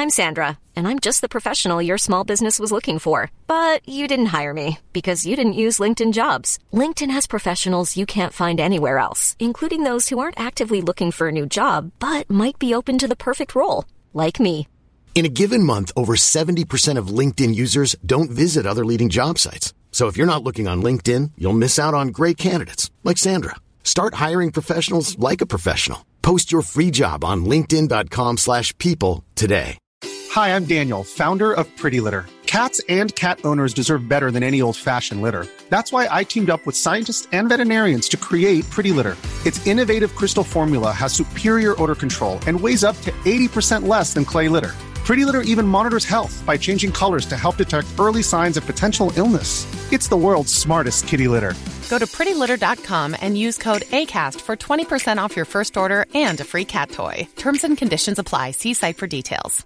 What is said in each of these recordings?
I'm Sandra, and I'm just the professional your small business was looking for. But you didn't hire me because you didn't use LinkedIn Jobs. LinkedIn has professionals you can't find anywhere else, including those who aren't actively looking for a new job, but might be open to the perfect role, like me. In a given month, over 70% of LinkedIn users don't visit other leading job sites. So if you're not looking on LinkedIn, you'll miss out on great candidates like Sandra. Start hiring professionals like a professional. Post your free job on linkedin.com/people today. Hi, I'm Daniel, founder of Pretty Litter. Cats and cat owners deserve better than any old-fashioned litter. That's why I teamed up with scientists and veterinarians to create Pretty Litter. Its innovative crystal formula has superior odor control and weighs up to 80% less than clay litter. Pretty Litter even monitors health by changing colors to help detect early signs of potential illness. It's the world's smartest kitty litter. Go to prettylitter.com and use code ACAST for 20% off your first order and a free cat toy. Terms and conditions apply. See site for details.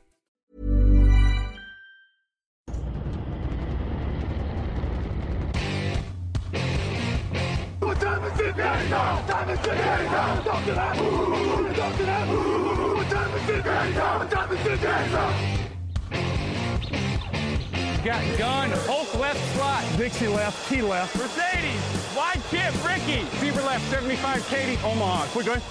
Got gun, Hulk left slot, Dixie left, Key left, Mercedes, wide chip, Ricky, Fever left, 75, Katie, Omaha, quick going.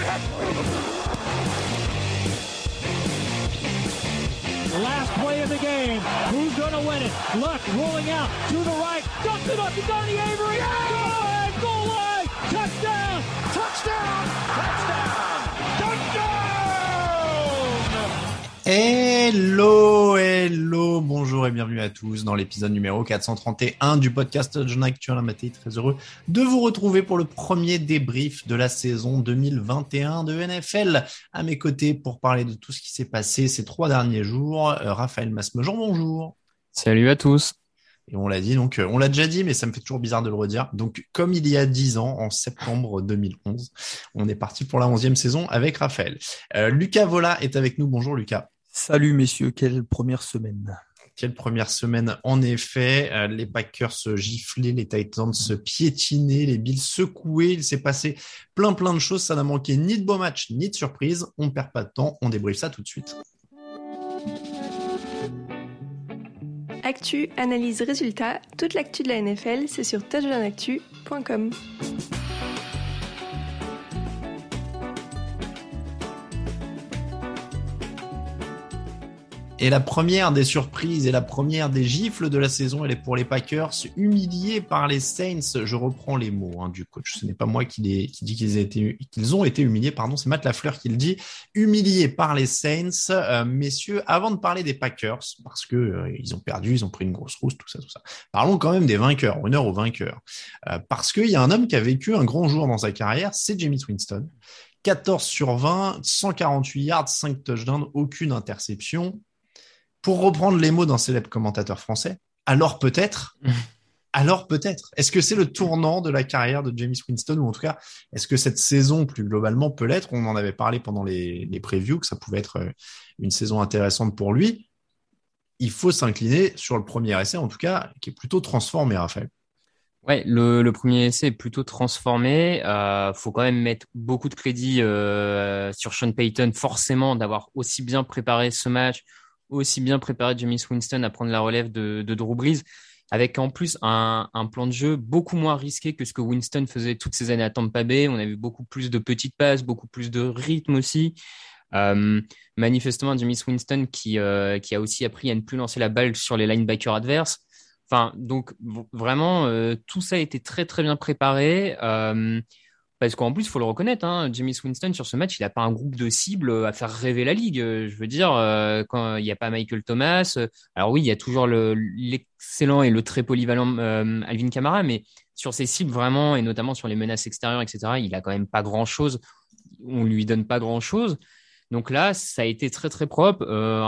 Last play of the game, who's gonna win it? Luck rolling out to the right, dumps it up to Donnie Avery, goal line, touchdown, touchdown, touchdown, touchdown! Hello, bonjour et bienvenue à tous dans l'épisode numéro 431 du podcast Touchdown Actu. Mattei, très heureux de vous retrouver pour le premier débrief de la saison 2021 de NFL. À mes côtés pour parler de tout ce qui s'est passé ces 3 derniers jours, Raphaël Masmejean, bonjour. Salut à tous. Et on l'a dit, donc on l'a déjà dit, mais ça me fait toujours bizarre de le redire. Donc, comme il y a 10 ans, en septembre 2011, on est parti pour la 11e saison avec Raphaël. Lucas Vola est avec nous. Bonjour Lucas. Salut messieurs, quelle première semaine. Quelle première semaine, en effet. Les Packers se giflaient, les Titans se piétinaient, les Bills secouaient. Il s'est passé plein de choses. Ça n'a manqué ni de beaux matchs, ni de surprises. On ne perd pas de temps, on débriefe ça tout de suite. Actu, analyse, résultat, toute l'actu de la NFL, c'est sur touchdownactu.com. Et la première des surprises et la première des gifles de la saison, elle est pour les Packers, humiliés par les Saints. Je reprends les mots du coach. Ce n'est pas moi qui dit qu'ils ont été humiliés. Pardon, c'est Matt Lafleur qui le dit. Humiliés par les Saints, messieurs. Avant de parler des Packers, parce que ils ont perdu, ils ont pris une grosse rousse, tout ça. Parlons quand même des vainqueurs. Honneur aux vainqueurs, parce qu'il y a un homme qui a vécu un grand jour dans sa carrière, c'est Jameis Winston. 14 sur 20, 148 yards, 5 touchdowns, aucune interception. Pour reprendre les mots d'un célèbre commentateur français, alors peut-être, est-ce que c'est le tournant de la carrière de Jameis Winston, ou en tout cas, est-ce que cette saison, plus globalement, peut l'être? On en avait parlé pendant les previews, que ça pouvait être une saison intéressante pour lui. Il faut s'incliner sur le premier essai, en tout cas, qui est plutôt transformé, Raphaël. Ouais, le premier essai est plutôt transformé. Faut quand même mettre beaucoup de crédit sur Sean Payton, forcément, d'avoir aussi bien préparé ce match, aussi bien préparé Jameis Winston à prendre la relève de Drew Brees, avec en plus un plan de jeu beaucoup moins risqué que ce que Winston faisait toutes ces années à Tampa Bay. On a vu beaucoup plus de petites passes, beaucoup plus de rythme aussi. Manifestement, Jameis Winston qui a aussi appris à ne plus lancer la balle sur les linebackers adverses. Enfin, donc vraiment, tout ça a été très très bien préparé. Parce qu'en plus, il faut le reconnaître, Jameis Winston, sur ce match, il n'a pas un groupe de cibles à faire rêver la ligue. Je veux dire, quand il n'y a pas Michael Thomas, alors oui, il y a toujours l'excellent et le très polyvalent Alvin Kamara, mais sur ses cibles vraiment, et notamment sur les menaces extérieures, etc., il a quand même pas grand-chose. On lui donne pas grand-chose. Donc là, ça a été très très propre.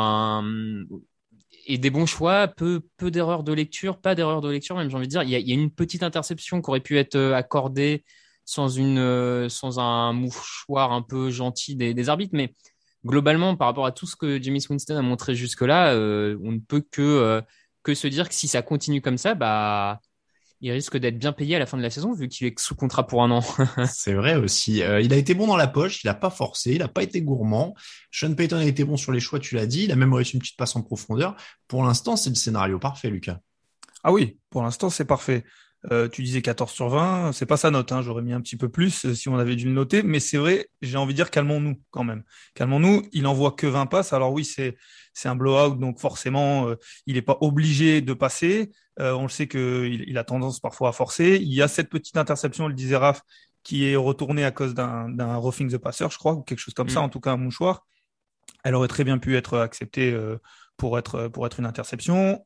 Et des bons choix, peu d'erreurs de lecture, pas d'erreurs de lecture, même j'ai envie de dire. Il y a une petite interception qui aurait pu être accordée sans un mouchoir un peu gentil des arbitres, mais globalement, par rapport à tout ce que Jameis Winston a montré jusque-là, on ne peut que se dire que si ça continue comme ça, il risque d'être bien payé à la fin de la saison vu qu'il est sous contrat pour 1 an. C'est vrai aussi. Il a été bon dans la poche, il a pas forcé, il a pas été gourmand. Sean Payton a été bon sur les choix, tu l'as dit. Il a même réussi une petite passe en profondeur. Pour l'instant, c'est le scénario parfait, Lucas. Ah oui, pour l'instant, c'est parfait. Tu disais 14 sur 20, c'est pas sa note, hein. J'aurais mis un petit peu plus si on avait dû le noter, mais c'est vrai, j'ai envie de dire calmons-nous quand même. Calmons-nous, il envoie que 20 passes. Alors oui, c'est un blowout, donc forcément, il n'est pas obligé de passer. On le sait qu'il a tendance parfois à forcer. Il y a cette petite interception, le disait Raph, qui est retournée à cause d'un roughing the passer, je crois, ou quelque chose comme ça, en tout cas un mouchoir. Elle aurait très bien pu être acceptée pour être une interception.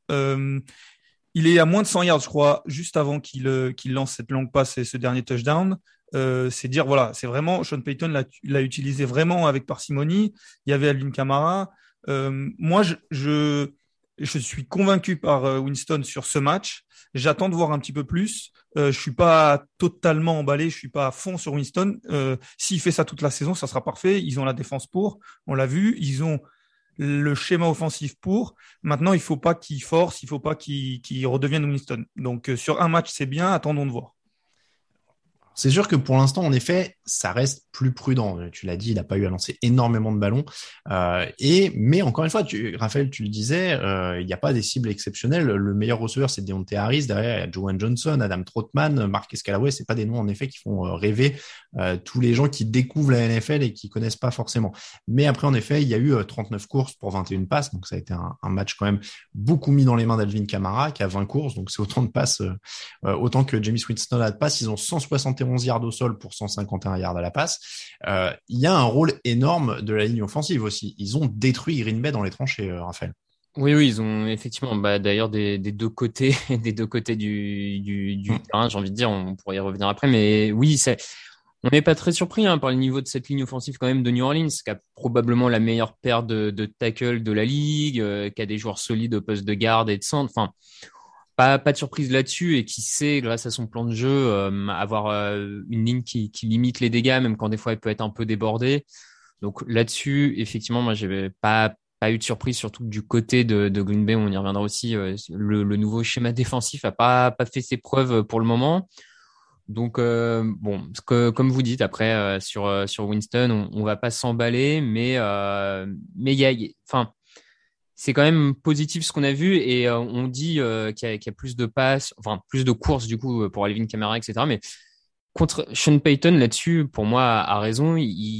Il est à moins de 100 yards, je crois, juste avant qu'il lance cette longue passe et ce dernier touchdown. C'est dire, voilà, c'est vraiment, Sean Payton l'a utilisé vraiment avec parcimonie. Il y avait Alvin Kamara. Moi, je suis convaincu par Winston sur ce match. J'attends de voir un petit peu plus. Je suis pas totalement emballé, je suis pas à fond sur Winston. S'il fait ça toute la saison, ça sera parfait. Ils ont la défense pour, on l'a vu. Ils ont le schéma offensif pour. Maintenant, il faut pas qu'il force, il faut pas qu'il redevienne Winston. Donc, sur un match, c'est bien. Attendons de voir. C'est sûr que pour l'instant, en effet, ça reste plus prudent. Tu l'as dit, il n'a pas eu à lancer énormément de ballons. Mais encore une fois, Raphaël, tu le disais, il n'y a pas des cibles exceptionnelles. Le meilleur receveur, c'est Deontay Harris. Derrière, il y a Joan Johnson, Adam Trautman, Marquez Callaway. C'est pas des noms, en effet, qui font rêver tous les gens qui découvrent la NFL et qui connaissent pas forcément. Mais après, en effet, il y a eu 39 courses pour 21 passes. Donc, ça a été un match quand même beaucoup mis dans les mains d'Alvin Kamara, qui a 20 courses. Donc, c'est autant de passes, autant que Jameis Winston a de passes. Ils ont 171 yards au sol pour 151 yards à la passe. Il y a un rôle énorme de la ligne offensive aussi. Ils ont détruit Green Bay dans les tranchées, Raphaël. Oui, ils ont effectivement, d'ailleurs des deux côtés, des deux côtés du terrain, j'ai envie de dire, on pourrait y revenir après, mais oui, on n'est pas très surpris par le niveau de cette ligne offensive quand même de New Orleans, qui a probablement la meilleure paire de tackles de la ligue, qui a des joueurs solides au poste de garde et de centre. Enfin, pas de surprise là-dessus, et qui sait, grâce à son plan de jeu, avoir une ligne qui limite les dégâts, même quand des fois elle peut être un peu débordée. Donc là-dessus, effectivement, moi, j'avais pas eu de surprise, surtout du côté de Green Bay, on y reviendra aussi. Le nouveau schéma défensif a pas fait ses preuves pour le moment. Donc bon, comme vous dites, après sur Winston, on va pas s'emballer, mais enfin. C'est quand même positif ce qu'on a vu, et on dit qu'il y a plus de passes, enfin plus de courses du coup pour Alvin Kamara, etc. Mais contre Sean Payton là-dessus, pour moi, a raison.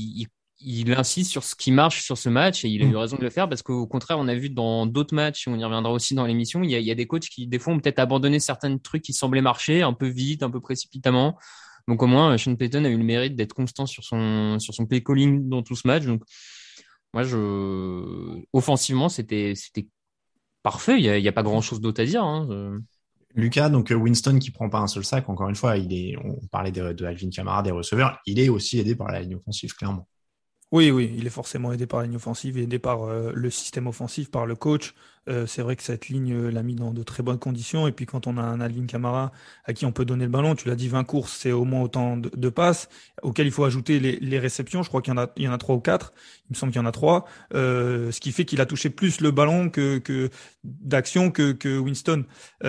Il insiste sur ce qui marche sur ce match, et il a eu raison de le faire, parce qu'au contraire, on a vu dans d'autres matchs, on y reviendra aussi dans l'émission, il y a des coachs qui des fois ont peut-être abandonné certains trucs qui semblaient marcher un peu vite, un peu précipitamment. Donc au moins, Sean Payton a eu le mérite d'être constant sur son play calling dans tout ce match. Donc moi, offensivement, c'était parfait. Il y a pas grand-chose d'autre à dire. Lucas, donc Winston qui prend pas un seul sac, encore une fois, on parlait de Alvin Kamara, des receveurs, il est aussi aidé par la ligne offensive, clairement. Oui, il est forcément aidé par la ligne offensive, aidé par le système offensif, par le coach. C'est vrai que cette ligne l'a mis dans de très bonnes conditions. Et puis quand on a un Alvin Kamara à qui on peut donner le ballon, tu l'as dit, 20 courses, c'est au moins autant de passes, auxquelles il faut ajouter les réceptions. Je crois qu'il y en a 3 ou 4. Il me semble qu'il y en a 3. Ce qui fait qu'il a touché plus le ballon d'action que Winston.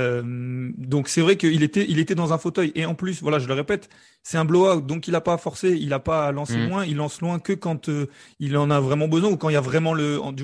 Donc c'est vrai qu'il était dans un fauteuil. Et en plus, voilà, je le répète, c'est un blowout, donc il a pas forcé, il a pas lancé loin, il lance loin que quand il en a vraiment besoin, ou quand il y a vraiment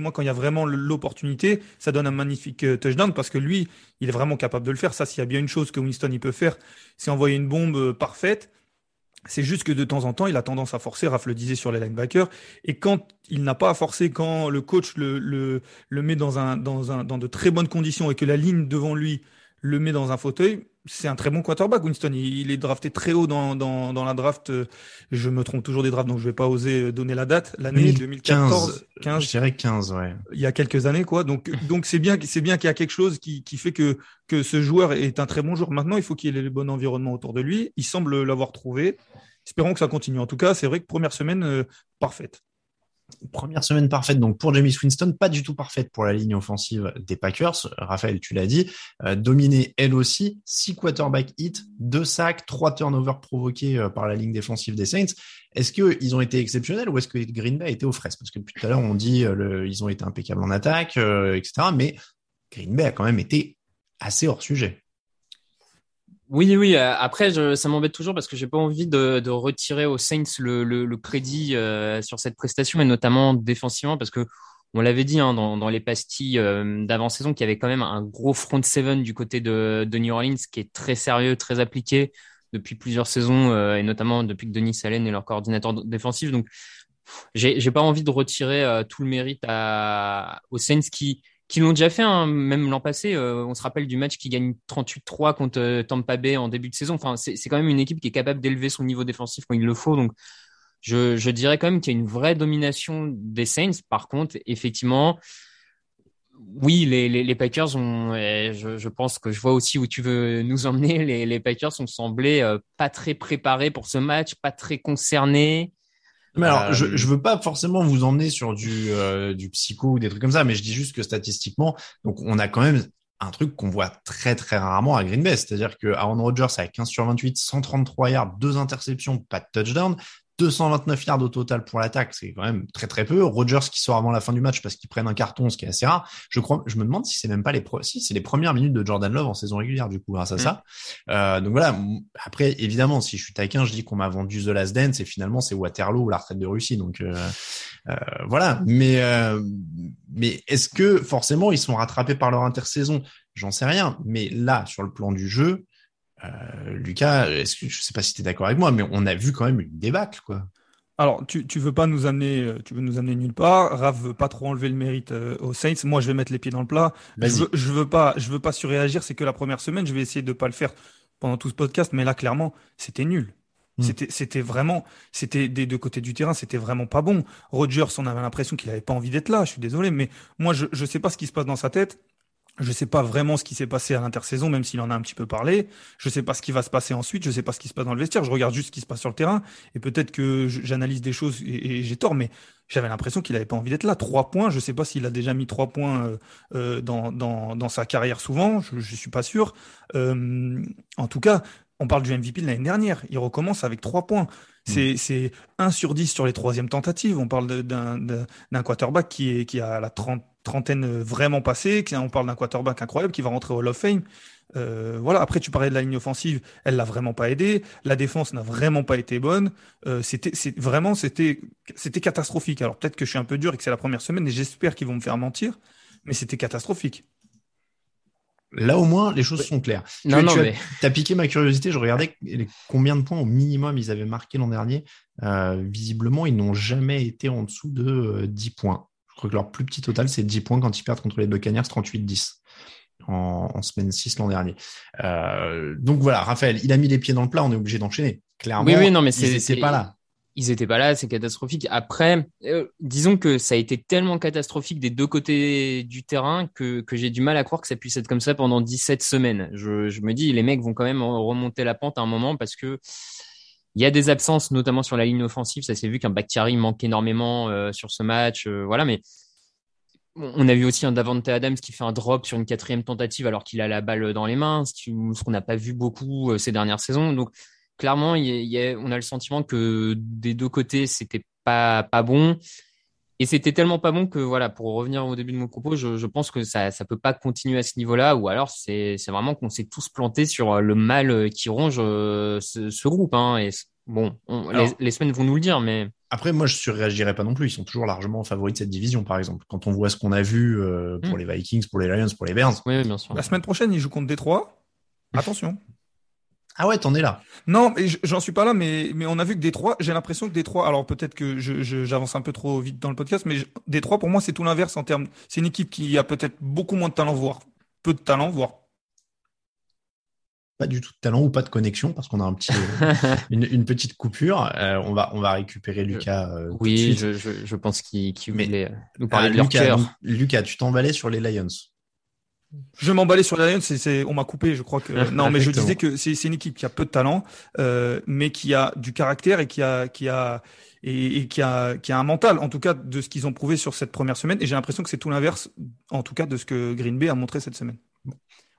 l'opportunité. Ça donne un magnifique touchdown, parce que lui, il est vraiment capable de le faire. Ça, s'il y a bien une chose que Winston il peut faire, c'est envoyer une bombe parfaite. C'est juste que de temps en temps, il a tendance à forcer. Raph le disait sur les linebackers. Et quand il n'a pas à forcer, quand le coach le met dans de très bonnes conditions, et que la ligne devant lui le met dans un fauteuil, c'est un très bon quarterback, Winston. Il est drafté très haut dans la draft. Je me trompe toujours des drafts, donc je vais pas oser donner la date. L'année 2014, 15. Je dirais 15, ouais. Il y a quelques années, quoi. Donc c'est bien qu'il y a quelque chose qui fait que ce joueur est un très bon joueur. Maintenant, il faut qu'il ait le bon environnement autour de lui. Il semble l'avoir trouvé. Espérons que ça continue. En tout cas, c'est vrai que première semaine parfaite. Première semaine parfaite donc pour Jameis Winston, pas du tout parfaite pour la ligne offensive des Packers. Raphaël, tu l'as dit, dominée elle aussi, 6 quarterback hits, 2 sacs, 3 turnovers provoqués par la ligne défensive des Saints. Est-ce qu'ils ont été exceptionnels, ou est-ce que Green Bay a été aux fraises? Parce que depuis tout à l'heure, on dit ils ont été impeccables en attaque, etc. Mais Green Bay a quand même été assez hors sujet. Oui. Après, ça m'embête toujours parce que j'ai pas envie de retirer aux Saints le crédit sur cette prestation et notamment défensivement parce que on l'avait dit dans les pastilles d'avant-saison qu'il y avait quand même un gros front seven du côté de New Orleans qui est très sérieux, très appliqué depuis plusieurs saisons et notamment depuis que Dennis Allen est leur coordinateur défensif. Donc, j'ai pas envie de retirer tout le mérite aux Saints qui l'ont déjà fait, hein, même l'an passé. On se rappelle du match qui gagne 38-3 contre Tampa Bay en début de saison. Enfin, c'est quand même une équipe qui est capable d'élever son niveau défensif quand il le faut. Donc, je dirais quand même qu'il y a une vraie domination des Saints. Par contre, effectivement, oui, les Packers ont, et je pense que je vois aussi où tu veux nous emmener. Les Packers ont semblé pas très préparés pour ce match, pas très concernés. Mais alors, je veux pas forcément vous emmener sur du psycho ou des trucs comme ça, mais je dis juste que statistiquement, donc on a quand même un truc qu'on voit très très rarement à Green Bay, c'est-à-dire que Aaron Rodgers a 15 sur 28, 133 yards, 2 interceptions, pas de touchdown, 229 yards au total pour l'attaque, c'est quand même très très peu. Rodgers qui sort avant la fin du match parce qu'ils prennent un carton, ce qui est assez rare. Je me demande si c'est même pas si c'est les premières minutes de Jordan Love en saison régulière du coup grâce à ça. Donc voilà. Après évidemment, si je suis taquin, je dis qu'on m'a vendu The Last Dance et finalement c'est Waterloo ou la retraite de Russie. Donc voilà. Mais est-ce que forcément ils sont rattrapés par leur intersaison? J'en sais rien. Mais là, sur le plan du jeu. Lucas, je sais pas si tu es d'accord avec moi, mais on a vu quand même une débâcle, quoi. Alors, tu veux pas nous amener, tu veux nous amener nulle part. Raph veut pas trop enlever le mérite aux Saints. Moi, je vais mettre les pieds dans le plat. Je veux pas surréagir. C'est que la première semaine, je vais essayer de pas le faire pendant tout ce podcast, mais là, clairement, c'était nul. C'était vraiment, c'était des deux côtés du terrain, c'était vraiment pas bon. Rodgers, on avait l'impression qu'il avait pas envie d'être là. Je suis désolé, mais moi, je sais pas ce qui se passe dans sa tête. Je sais pas vraiment ce qui s'est passé à l'intersaison, même s'il en a un petit peu parlé. Je sais pas ce qui va se passer ensuite. Je sais pas ce qui se passe dans le vestiaire. Je regarde juste ce qui se passe sur le terrain. Et peut-être que j'analyse des choses et j'ai tort, mais j'avais l'impression qu'il avait pas envie d'être là. 3 points. Je sais pas s'il a déjà mis 3 points dans sa carrière souvent. Je suis pas sûr. En tout cas, on parle du MVP de l'année dernière. Il recommence avec 3 points. C'est 1 sur 10 sur les troisièmes tentatives. On parle d'un quarterback qui a la trentaine vraiment passée. On parle d'un quarterback incroyable qui va rentrer au Hall of Fame. Voilà. Après, tu parlais de la ligne offensive. Elle l'a vraiment pas aidé. La défense n'a vraiment pas été bonne. C'était catastrophique. Alors peut-être que je suis un peu dur et que c'est la première semaine et j'espère qu'ils vont me faire mentir, mais c'était catastrophique. Là, au moins, les choses sont claires. T'as piqué ma curiosité. Je regardais combien de points au minimum ils avaient marqué l'an dernier. Visiblement, ils n'ont jamais été en dessous de 10 points. Je crois que leur plus petit total, c'est 10 points quand ils perdent contre les Buccaneers, 38-10 en semaine 6 l'an dernier. Donc voilà, Raphaël, il a mis les pieds dans le plat. On est obligé d'enchaîner. Clairement, oui, non, mais ils n'étaient pas là. Ils étaient pas là, c'est catastrophique. Après, disons que ça a été tellement catastrophique des deux côtés du terrain que j'ai du mal à croire que ça puisse être comme ça pendant 17 semaines. Je me dis, les mecs vont quand même remonter la pente à un moment parce que il y a des absences, notamment sur la ligne offensive. Ça s'est vu qu'un Bakhtiari manque énormément sur ce match. Voilà, mais on a vu aussi un Davante Adams qui fait un drop sur une 4e tentative alors qu'il a la balle dans les mains, ce qu'on n'a pas vu beaucoup ces dernières saisons. Donc, clairement, on a le sentiment que des deux côtés, c'était pas bon. Et c'était tellement pas bon que, voilà, pour revenir au début de mon propos, je pense que ça peut pas continuer à ce niveau-là, ou alors c'est vraiment qu'on s'est tous plantés sur le mal qui ronge ce groupe, hein. Et bon, les semaines vont nous le dire, mais. Après, moi, je surréagirais pas non plus. Ils sont toujours largement favoris de cette division, par exemple. Quand on voit ce qu'on a vu pour les Vikings, pour les Lions, pour les Bears. Oui, bien sûr. La semaine prochaine, ils jouent contre Détroit. Attention. Ah ouais, t'en es là. Non, mais j'en suis pas là, mais on a vu que Détroit, j'ai l'impression que Détroit, alors peut-être que j'avance un peu trop vite dans le podcast, mais Détroit, pour moi, c'est tout l'inverse en termes. C'est une équipe qui a peut-être beaucoup moins de talent, voire peu de talent, voire pas du tout de talent ou pas de connexion parce qu'on a une petite coupure. On va récupérer Lucas. Oui, je pense qu'il voulait nous parler de leur cœur. Lucas, tu t'emballais sur les Lions. Je m'emballais sur les Lions, on m'a coupé, je crois que non, mais je disais que c'est une équipe qui a peu de talent, mais qui a du caractère et qui a un mental, en tout cas de ce qu'ils ont prouvé sur cette première semaine. Et j'ai l'impression que c'est tout l'inverse, en tout cas de ce que Green Bay a montré cette semaine.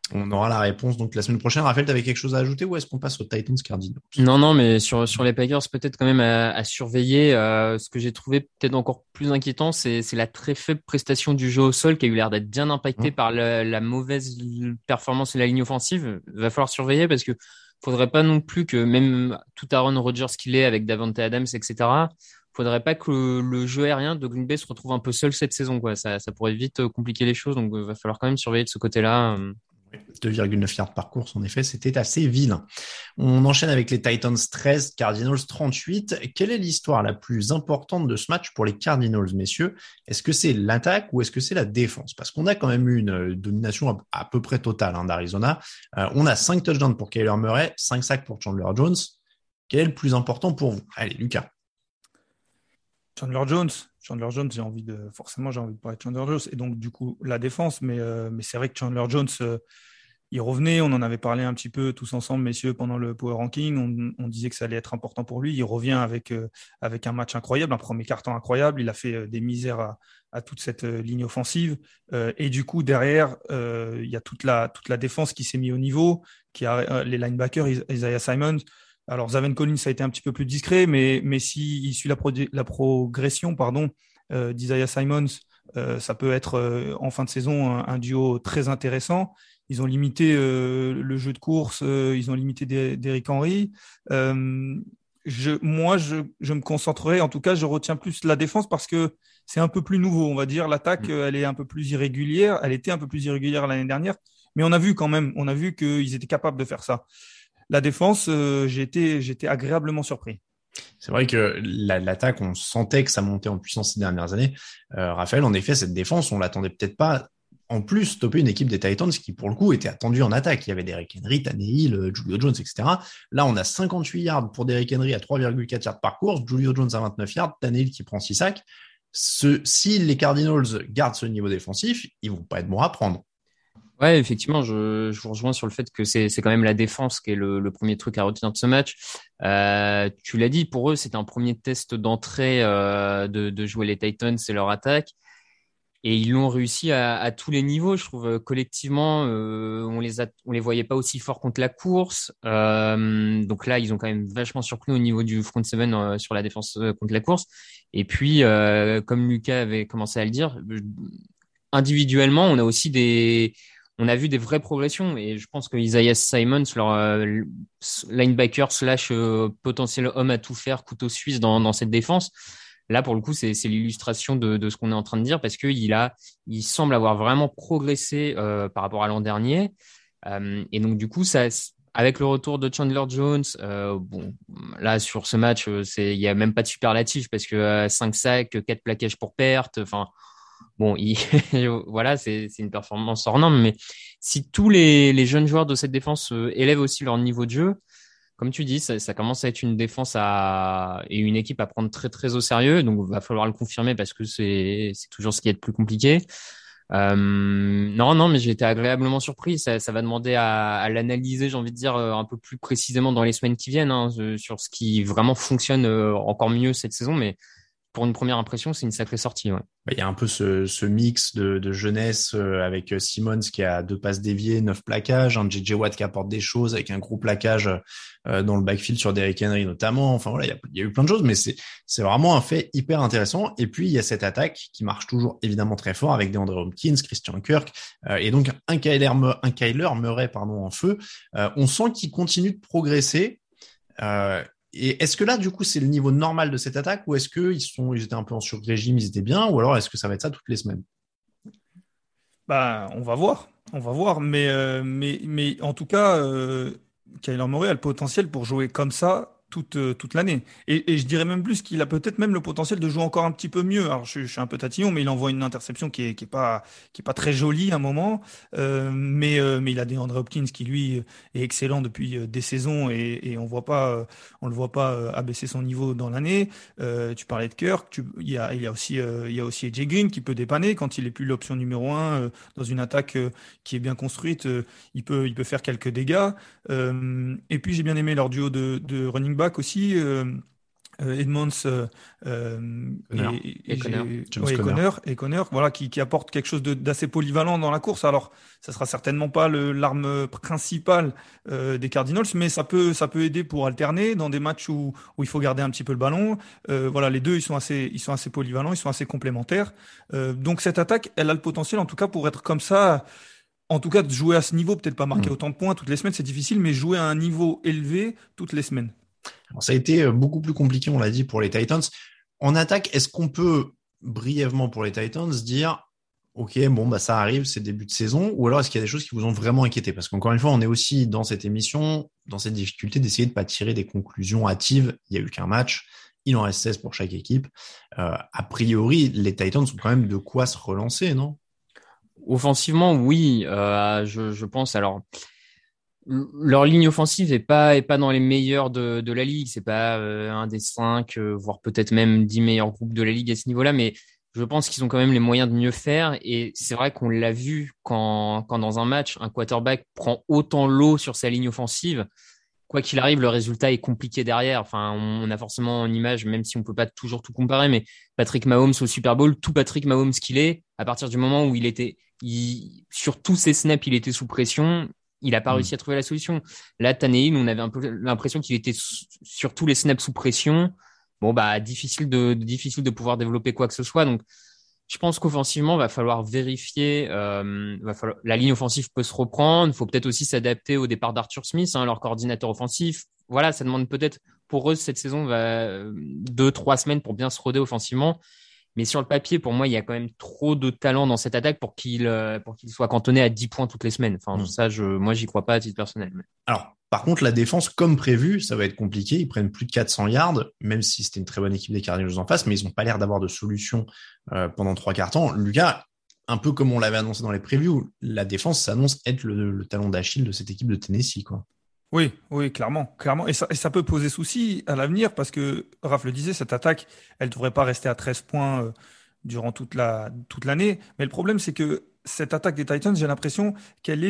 On aura la réponse donc la semaine prochaine. Raphaël, tu avais quelque chose à ajouter ou est-ce qu'on passe aux Titans Cardinals? Non, mais sur les Packers, peut-être quand même à surveiller. Ce que j'ai trouvé peut-être encore plus inquiétant, c'est la très faible prestation du jeu au sol qui a eu l'air d'être bien impacté par la mauvaise performance de la ligne offensive. Va falloir surveiller parce que faudrait pas non plus que même tout Aaron Rodgers qu'il est avec Davante Adams, etc. Faudrait pas que le jeu aérien de Green Bay se retrouve un peu seul cette saison, quoi. Ça pourrait vite compliquer les choses, donc va falloir quand même surveiller de ce côté-là. 2,9 yards par course, en effet, c'était assez vilain. On enchaîne avec les Titans 13, Cardinals 38. Quelle est l'histoire la plus importante de ce match pour les Cardinals, messieurs? Est-ce que c'est l'attaque ou est-ce que c'est la défense? Parce qu'on a quand même eu une domination à peu près totale d'Arizona. On a 5 touchdowns pour Kyler Murray, 5 sacks pour Chandler Jones. Quel est le plus important pour vous? Allez, Lucas. Chandler Jones, j'ai envie de parler de Chandler Jones et donc du coup la défense, mais c'est vrai que Chandler Jones, il revenait, on en avait parlé un petit peu tous ensemble, messieurs, pendant le Power Ranking, on disait que ça allait être important pour lui, il revient avec un match incroyable, un premier quart-temps incroyable, il a fait des misères à toute cette ligne offensive et du coup derrière il y a toute la défense qui s'est mise au niveau, qui a les linebackers, Isaiah Simons. Alors, Zaven Collins a été un petit peu plus discret, mais s'il suit la progression d'Isaiah Simons, ça peut être en fin de saison un duo très intéressant. Ils ont limité le jeu de course, ils ont limité Derrick Henry. Je me concentrerai, en tout cas, je retiens plus la défense parce que c'est un peu plus nouveau, on va dire. L'attaque, elle est un peu plus irrégulière. Elle était un peu plus irrégulière l'année dernière, mais on a vu qu'ils étaient capables de faire ça. La défense, j'étais agréablement surpris. C'est vrai que l'attaque, on sentait que ça montait en puissance ces dernières années. Raphaël, en effet, cette défense, on l'attendait peut-être pas en plus stopper une équipe des Titans qui, pour le coup, était attendue en attaque. Il y avait Derrick Henry, Tannehill, Julio Jones, etc. Là, on a 58 yards pour Derrick Henry à 3,4 yards par course, Julio Jones à 29 yards, Tannehill qui prend 6 sacs. Si les Cardinals gardent ce niveau défensif, ils vont pas être bons à prendre. Ouais, effectivement, je vous rejoins sur le fait que c'est quand même la défense qui est le premier truc à retenir de ce match. Tu l'as dit, pour eux, c'était un premier test d'entrée de jouer les Titans et leur attaque. Et ils l'ont réussi à tous les niveaux. Je trouve collectivement, on les voyait pas aussi forts contre la course. Donc là, ils ont quand même vachement surpris au niveau du front seven sur la défense contre la course. Et puis, comme Lucas avait commencé à le dire, individuellement, on a vu des vraies progressions et je pense que Isaiah Simons, leur linebacker slash potentiel homme à tout faire, couteau suisse dans cette défense, là pour le coup c'est l'illustration de ce qu'on est en train de dire parce que il semble avoir vraiment progressé par rapport à l'an dernier et donc du coup ça, avec le retour de Chandler Jones, bon là sur ce match il y a même pas de superlatif parce que 5 sacs, 4 plaquages pour perte, enfin bon, voilà, c'est une performance hors norme, mais si tous les jeunes joueurs de cette défense élèvent aussi leur niveau de jeu, comme tu dis, ça commence à être une défense et une équipe à prendre très très au sérieux, donc il va falloir le confirmer parce que c'est toujours ce qui est le plus compliqué. Non, mais j'ai été agréablement surpris. Ça va demander à l'analyser, j'ai envie de dire, un peu plus précisément dans les semaines qui viennent, sur ce qui vraiment fonctionne encore mieux cette saison, mais pour une première impression, c'est une sacrée sortie. Ouais. Il y a un peu ce mix de jeunesse avec Simmons qui a 2 passes déviées, 9 plaquages, un JJ Watt qui apporte des choses avec un gros plaquage dans le backfield sur Derrick Henry notamment. Enfin voilà, il y a eu plein de choses, mais c'est vraiment un fait hyper intéressant. Et puis il y a cette attaque qui marche toujours évidemment très fort avec DeAndre Hopkins, Christian Kirk et donc un Kyler Murray en feu. On sent qu'il continue de progresser. Et est-ce que là, du coup, c'est le niveau normal de cette attaque ou est-ce qu'ils étaient un peu en sur-régime, ils étaient bien ou alors est-ce que ça va être ça toutes les semaines? On va voir, mais en tout cas, Kyler Murray a le potentiel pour jouer comme ça toute l'année. Et je dirais même plus qu'il a peut-être même le potentiel de jouer encore un petit peu mieux. Alors je suis un peu tatillon, mais il envoie une interception qui est pas très jolie à un moment. Mais il a DeAndre Hopkins qui lui est excellent depuis des saisons et on le voit pas abaisser son niveau dans l'année. Tu parlais de Kirk, il y a aussi AJ Green qui peut dépanner quand il est plus l'option numéro 1 dans une attaque qui est bien construite. Il peut faire quelques dégâts. Et puis j'ai bien aimé leur duo de running back aussi, Edmonds et Connor, voilà, qui apporte quelque chose d'assez polyvalent dans la course. Alors, ça sera certainement pas l'arme principale des Cardinals, mais ça peut aider pour alterner dans des matchs où il faut garder un petit peu le ballon. Voilà, les deux, ils sont assez polyvalents, ils sont assez complémentaires. Donc cette attaque, elle a le potentiel, en tout cas, pour être comme ça. En tout cas, de jouer à ce niveau, peut-être pas marquer autant de points toutes les semaines, c'est difficile, mais jouer à un niveau élevé toutes les semaines. Alors, ça a été beaucoup plus compliqué, on l'a dit, pour les Titans. En attaque, est-ce qu'on peut brièvement pour les Titans dire ok, bon, bah, ça arrive, c'est début de saison, ou alors est-ce qu'il y a des choses qui vous ont vraiment inquiété? Parce qu'encore une fois, on est aussi dans cette émission, dans cette difficulté d'essayer de pas tirer des conclusions hâtives. Il n'y a eu qu'un match, il en reste 16 pour chaque équipe. A priori, les Titans ont quand même de quoi se relancer, non? Offensivement, oui, je pense. Alors, leur ligne offensive est pas dans les meilleurs de la ligue. C'est pas un des 5, voire peut-être même 10 meilleurs groupes de la ligue à ce niveau-là, mais je pense qu'ils ont quand même les moyens de mieux faire. Et c'est vrai qu'on l'a vu quand dans un match, un quarterback prend autant l'eau sur sa ligne offensive. Quoi qu'il arrive, le résultat est compliqué derrière. Enfin, on a forcément une image, même si on peut pas toujours tout comparer, mais Patrick Mahomes au Super Bowl, tout Patrick Mahomes qu'il est, à partir du moment où sur tous ses snaps, il était sous pression, il a pas réussi à trouver la solution. Là, Tannehill, on avait un peu l'impression qu'il était sur tous les snaps sous pression. Bon, bah, difficile de pouvoir développer quoi que ce soit. Donc, je pense qu'offensivement, va falloir vérifier. La ligne offensive peut se reprendre. Il faut peut-être aussi s'adapter au départ d'Arthur Smith, leur coordinateur offensif. Voilà, ça demande peut-être pour eux cette saison 2-3 semaines pour bien se roder offensivement. Mais sur le papier, pour moi, il y a quand même trop de talent dans cette attaque pour qu'il soit cantonné à 10 points toutes les semaines. Enfin, ça, moi, j'y crois pas à titre personnel. Alors, par contre, la défense, comme prévu, ça va être compliqué. Ils prennent plus de 400 yards, même si c'était une très bonne équipe des Cardinals en face, mais ils n'ont pas l'air d'avoir de solution pendant 3 quarts temps. Lucas, un peu comme on l'avait annoncé dans les previews, la défense s'annonce être le talon d'Achille de cette équipe de Tennessee, quoi. Oui, clairement. Et ça peut poser souci à l'avenir parce que, Raph le disait, cette attaque, elle devrait pas rester à 13 points durant toute l'année. Mais le problème, c'est que cette attaque des Titans, j'ai l'impression qu'elle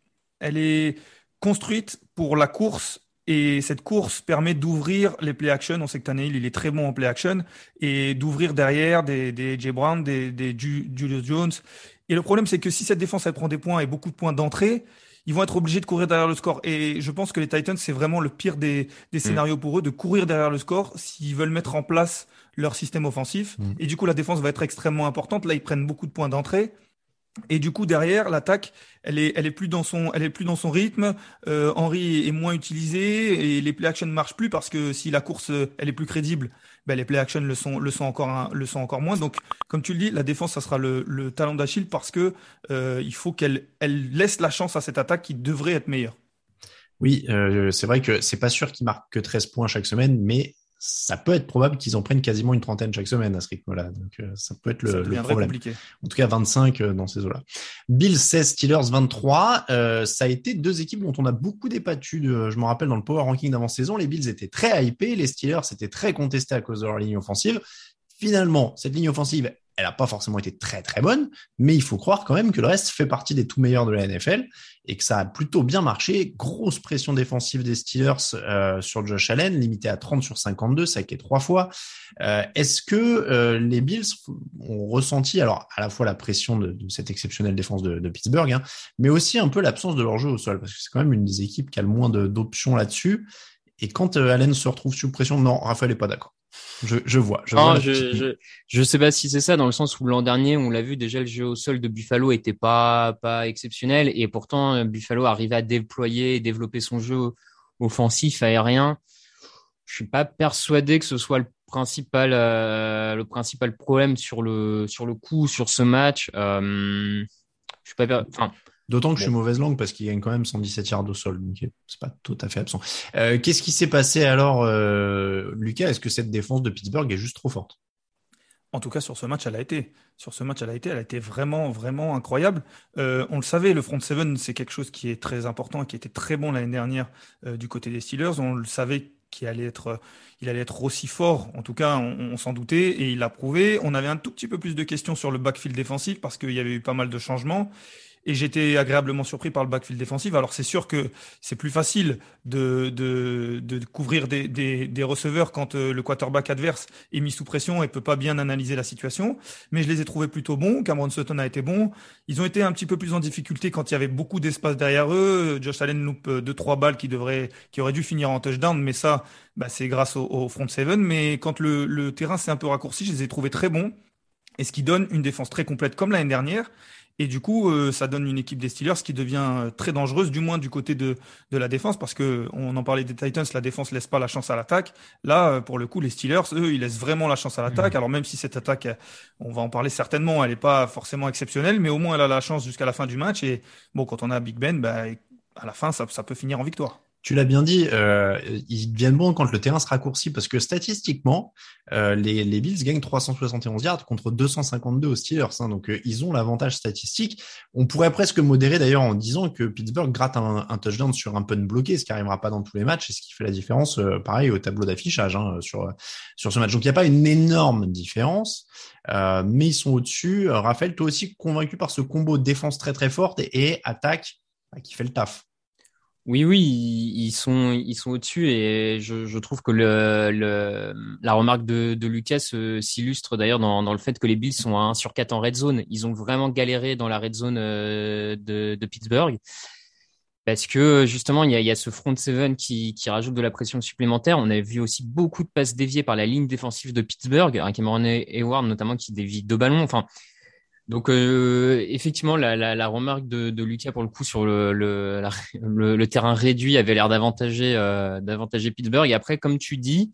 est construite pour la course. Et cette course permet d'ouvrir les play action. On sait que Tannehill, il est très bon en play action. Et d'ouvrir derrière des Jay Brown, des Julius Jones. Et le problème, c'est que si cette défense, elle prend des points et beaucoup de points d'entrée, ils vont être obligés de courir derrière le score. Et je pense que les Titans, c'est vraiment le pire des scénarios pour eux, de courir derrière le score s'ils veulent mettre en place leur système offensif. Et du coup, la défense va être extrêmement importante. Là, ils prennent beaucoup de points d'entrée. Et du coup, derrière, l'attaque, elle est plus dans son rythme. Henry est moins utilisé et les play action ne marchent plus parce que si la course, elle est plus crédible, ben les play action le sont encore moins. Donc, comme tu le dis, la défense, ça sera le talon d'Achille parce que il faut qu'elle laisse la chance à cette attaque qui devrait être meilleure. Oui, c'est vrai que c'est pas sûr qu'ils marquent que 13 points chaque semaine, mais ça peut être probable qu'ils en prennent quasiment une trentaine chaque semaine à ce rythme-là. Donc, ça peut être le problème. Compliqué. En tout cas, 25 dans ces eaux-là. Bills 16, Steelers 23. Ça a été 2 équipes dont on a beaucoup débattu. Je me rappelle dans le power ranking d'avant-saison, les Bills étaient très hypés. Les Steelers étaient très contestés à cause de leur ligne offensive. Finalement, cette ligne offensive, elle n'a pas forcément été très très bonne, mais il faut croire quand même que le reste fait partie des tout meilleurs de la NFL et que ça a plutôt bien marché. Grosse pression défensive des Steelers sur Josh Allen, limité à 30 sur 52, saqué 3 fois. Est-ce que les Bills ont ressenti alors à la fois la pression de cette exceptionnelle défense de Pittsburgh, mais aussi un peu l'absence de leur jeu au sol, parce que c'est quand même une des équipes qui a le moins d'options là-dessus. Et quand Allen se retrouve sous pression, non, Raphaël n'est pas d'accord. Je vois. Je sais pas si c'est ça, dans le sens où l'an dernier, on l'a vu, déjà le jeu au sol de Buffalo était pas exceptionnel, et pourtant Buffalo arrivait à déployer et développer son jeu offensif aérien. Je suis pas persuadé que ce soit le principal problème sur le coup sur ce match. Je suis pas D'autant que je suis mauvaise langue parce qu'il gagne quand même 117 yards au sol, donc c'est pas tout à fait absent. Qu'est-ce qui s'est passé alors, Lucas? Est-ce que cette défense de Pittsburgh est juste trop forte? En tout cas, sur ce match, elle a été vraiment, vraiment incroyable. On le savait, le front seven, c'est quelque chose qui est très important, qui était très bon l'année dernière du côté des Steelers. On le savait qu'il allait être aussi fort. En tout cas, on s'en doutait et il l'a prouvé. On avait un tout petit peu plus de questions sur le backfield défensif parce qu'il y avait eu pas mal de changements. Et j'étais agréablement surpris par le backfield défensif. Alors, c'est sûr que c'est plus facile de couvrir des receveurs quand le quarterback adverse est mis sous pression et peut pas bien analyser la situation. Mais je les ai trouvés plutôt bons. Cameron Sutton a été bon. Ils ont été un petit peu plus en difficulté quand il y avait beaucoup d'espace derrière eux. Josh Allen loupe 2-3 balles qui auraient dû finir en touchdown. Mais ça, c'est grâce au front seven. Mais quand le terrain s'est un peu raccourci, je les ai trouvés très bons. Et ce qui donne une défense très complète comme l'année dernière. Et du coup, ça donne une équipe des Steelers qui devient très dangereuse, du moins du côté de la défense, parce que on en parlait des Titans, la défense laisse pas la chance à l'attaque. Là, pour le coup, les Steelers, eux, ils laissent vraiment la chance à l'attaque. Alors même si cette attaque, on va en parler certainement, elle est pas forcément exceptionnelle, mais au moins elle a la chance jusqu'à la fin du match. Et bon, quand on a Big Ben, à la fin, ça peut finir en victoire. Tu l'as bien dit, ils deviennent bons quand le terrain se raccourcit parce que statistiquement, les Bills gagnent 371 yards contre 252 aux Steelers. Hein, donc, ils ont l'avantage statistique. On pourrait presque modérer d'ailleurs en disant que Pittsburgh gratte un touchdown sur un punt bloqué, ce qui n'arrivera pas dans tous les matchs et ce qui fait la différence, pareil, au tableau d'affichage sur ce match. Donc, il n'y a pas une énorme différence, mais ils sont au-dessus. Raphaël, toi aussi convaincu par ce combo défense très très forte et attaque qui fait le taf. Oui, ils sont au-dessus et je trouve que la remarque de Lucas s'illustre d'ailleurs dans le fait que les Bills sont à 1 sur 4 en red zone. Ils ont vraiment galéré dans la red zone de Pittsburgh parce que justement il y a ce front seven qui rajoute de la pression supplémentaire. On a vu aussi beaucoup de passes déviées par la ligne défensive de Pittsburgh, Cameron Hayward notamment qui dévie 2 ballons. Enfin. Donc effectivement la remarque de Lucas pour le coup sur le terrain réduit avait l'air d'avantager Pittsburgh. Et après, comme tu dis,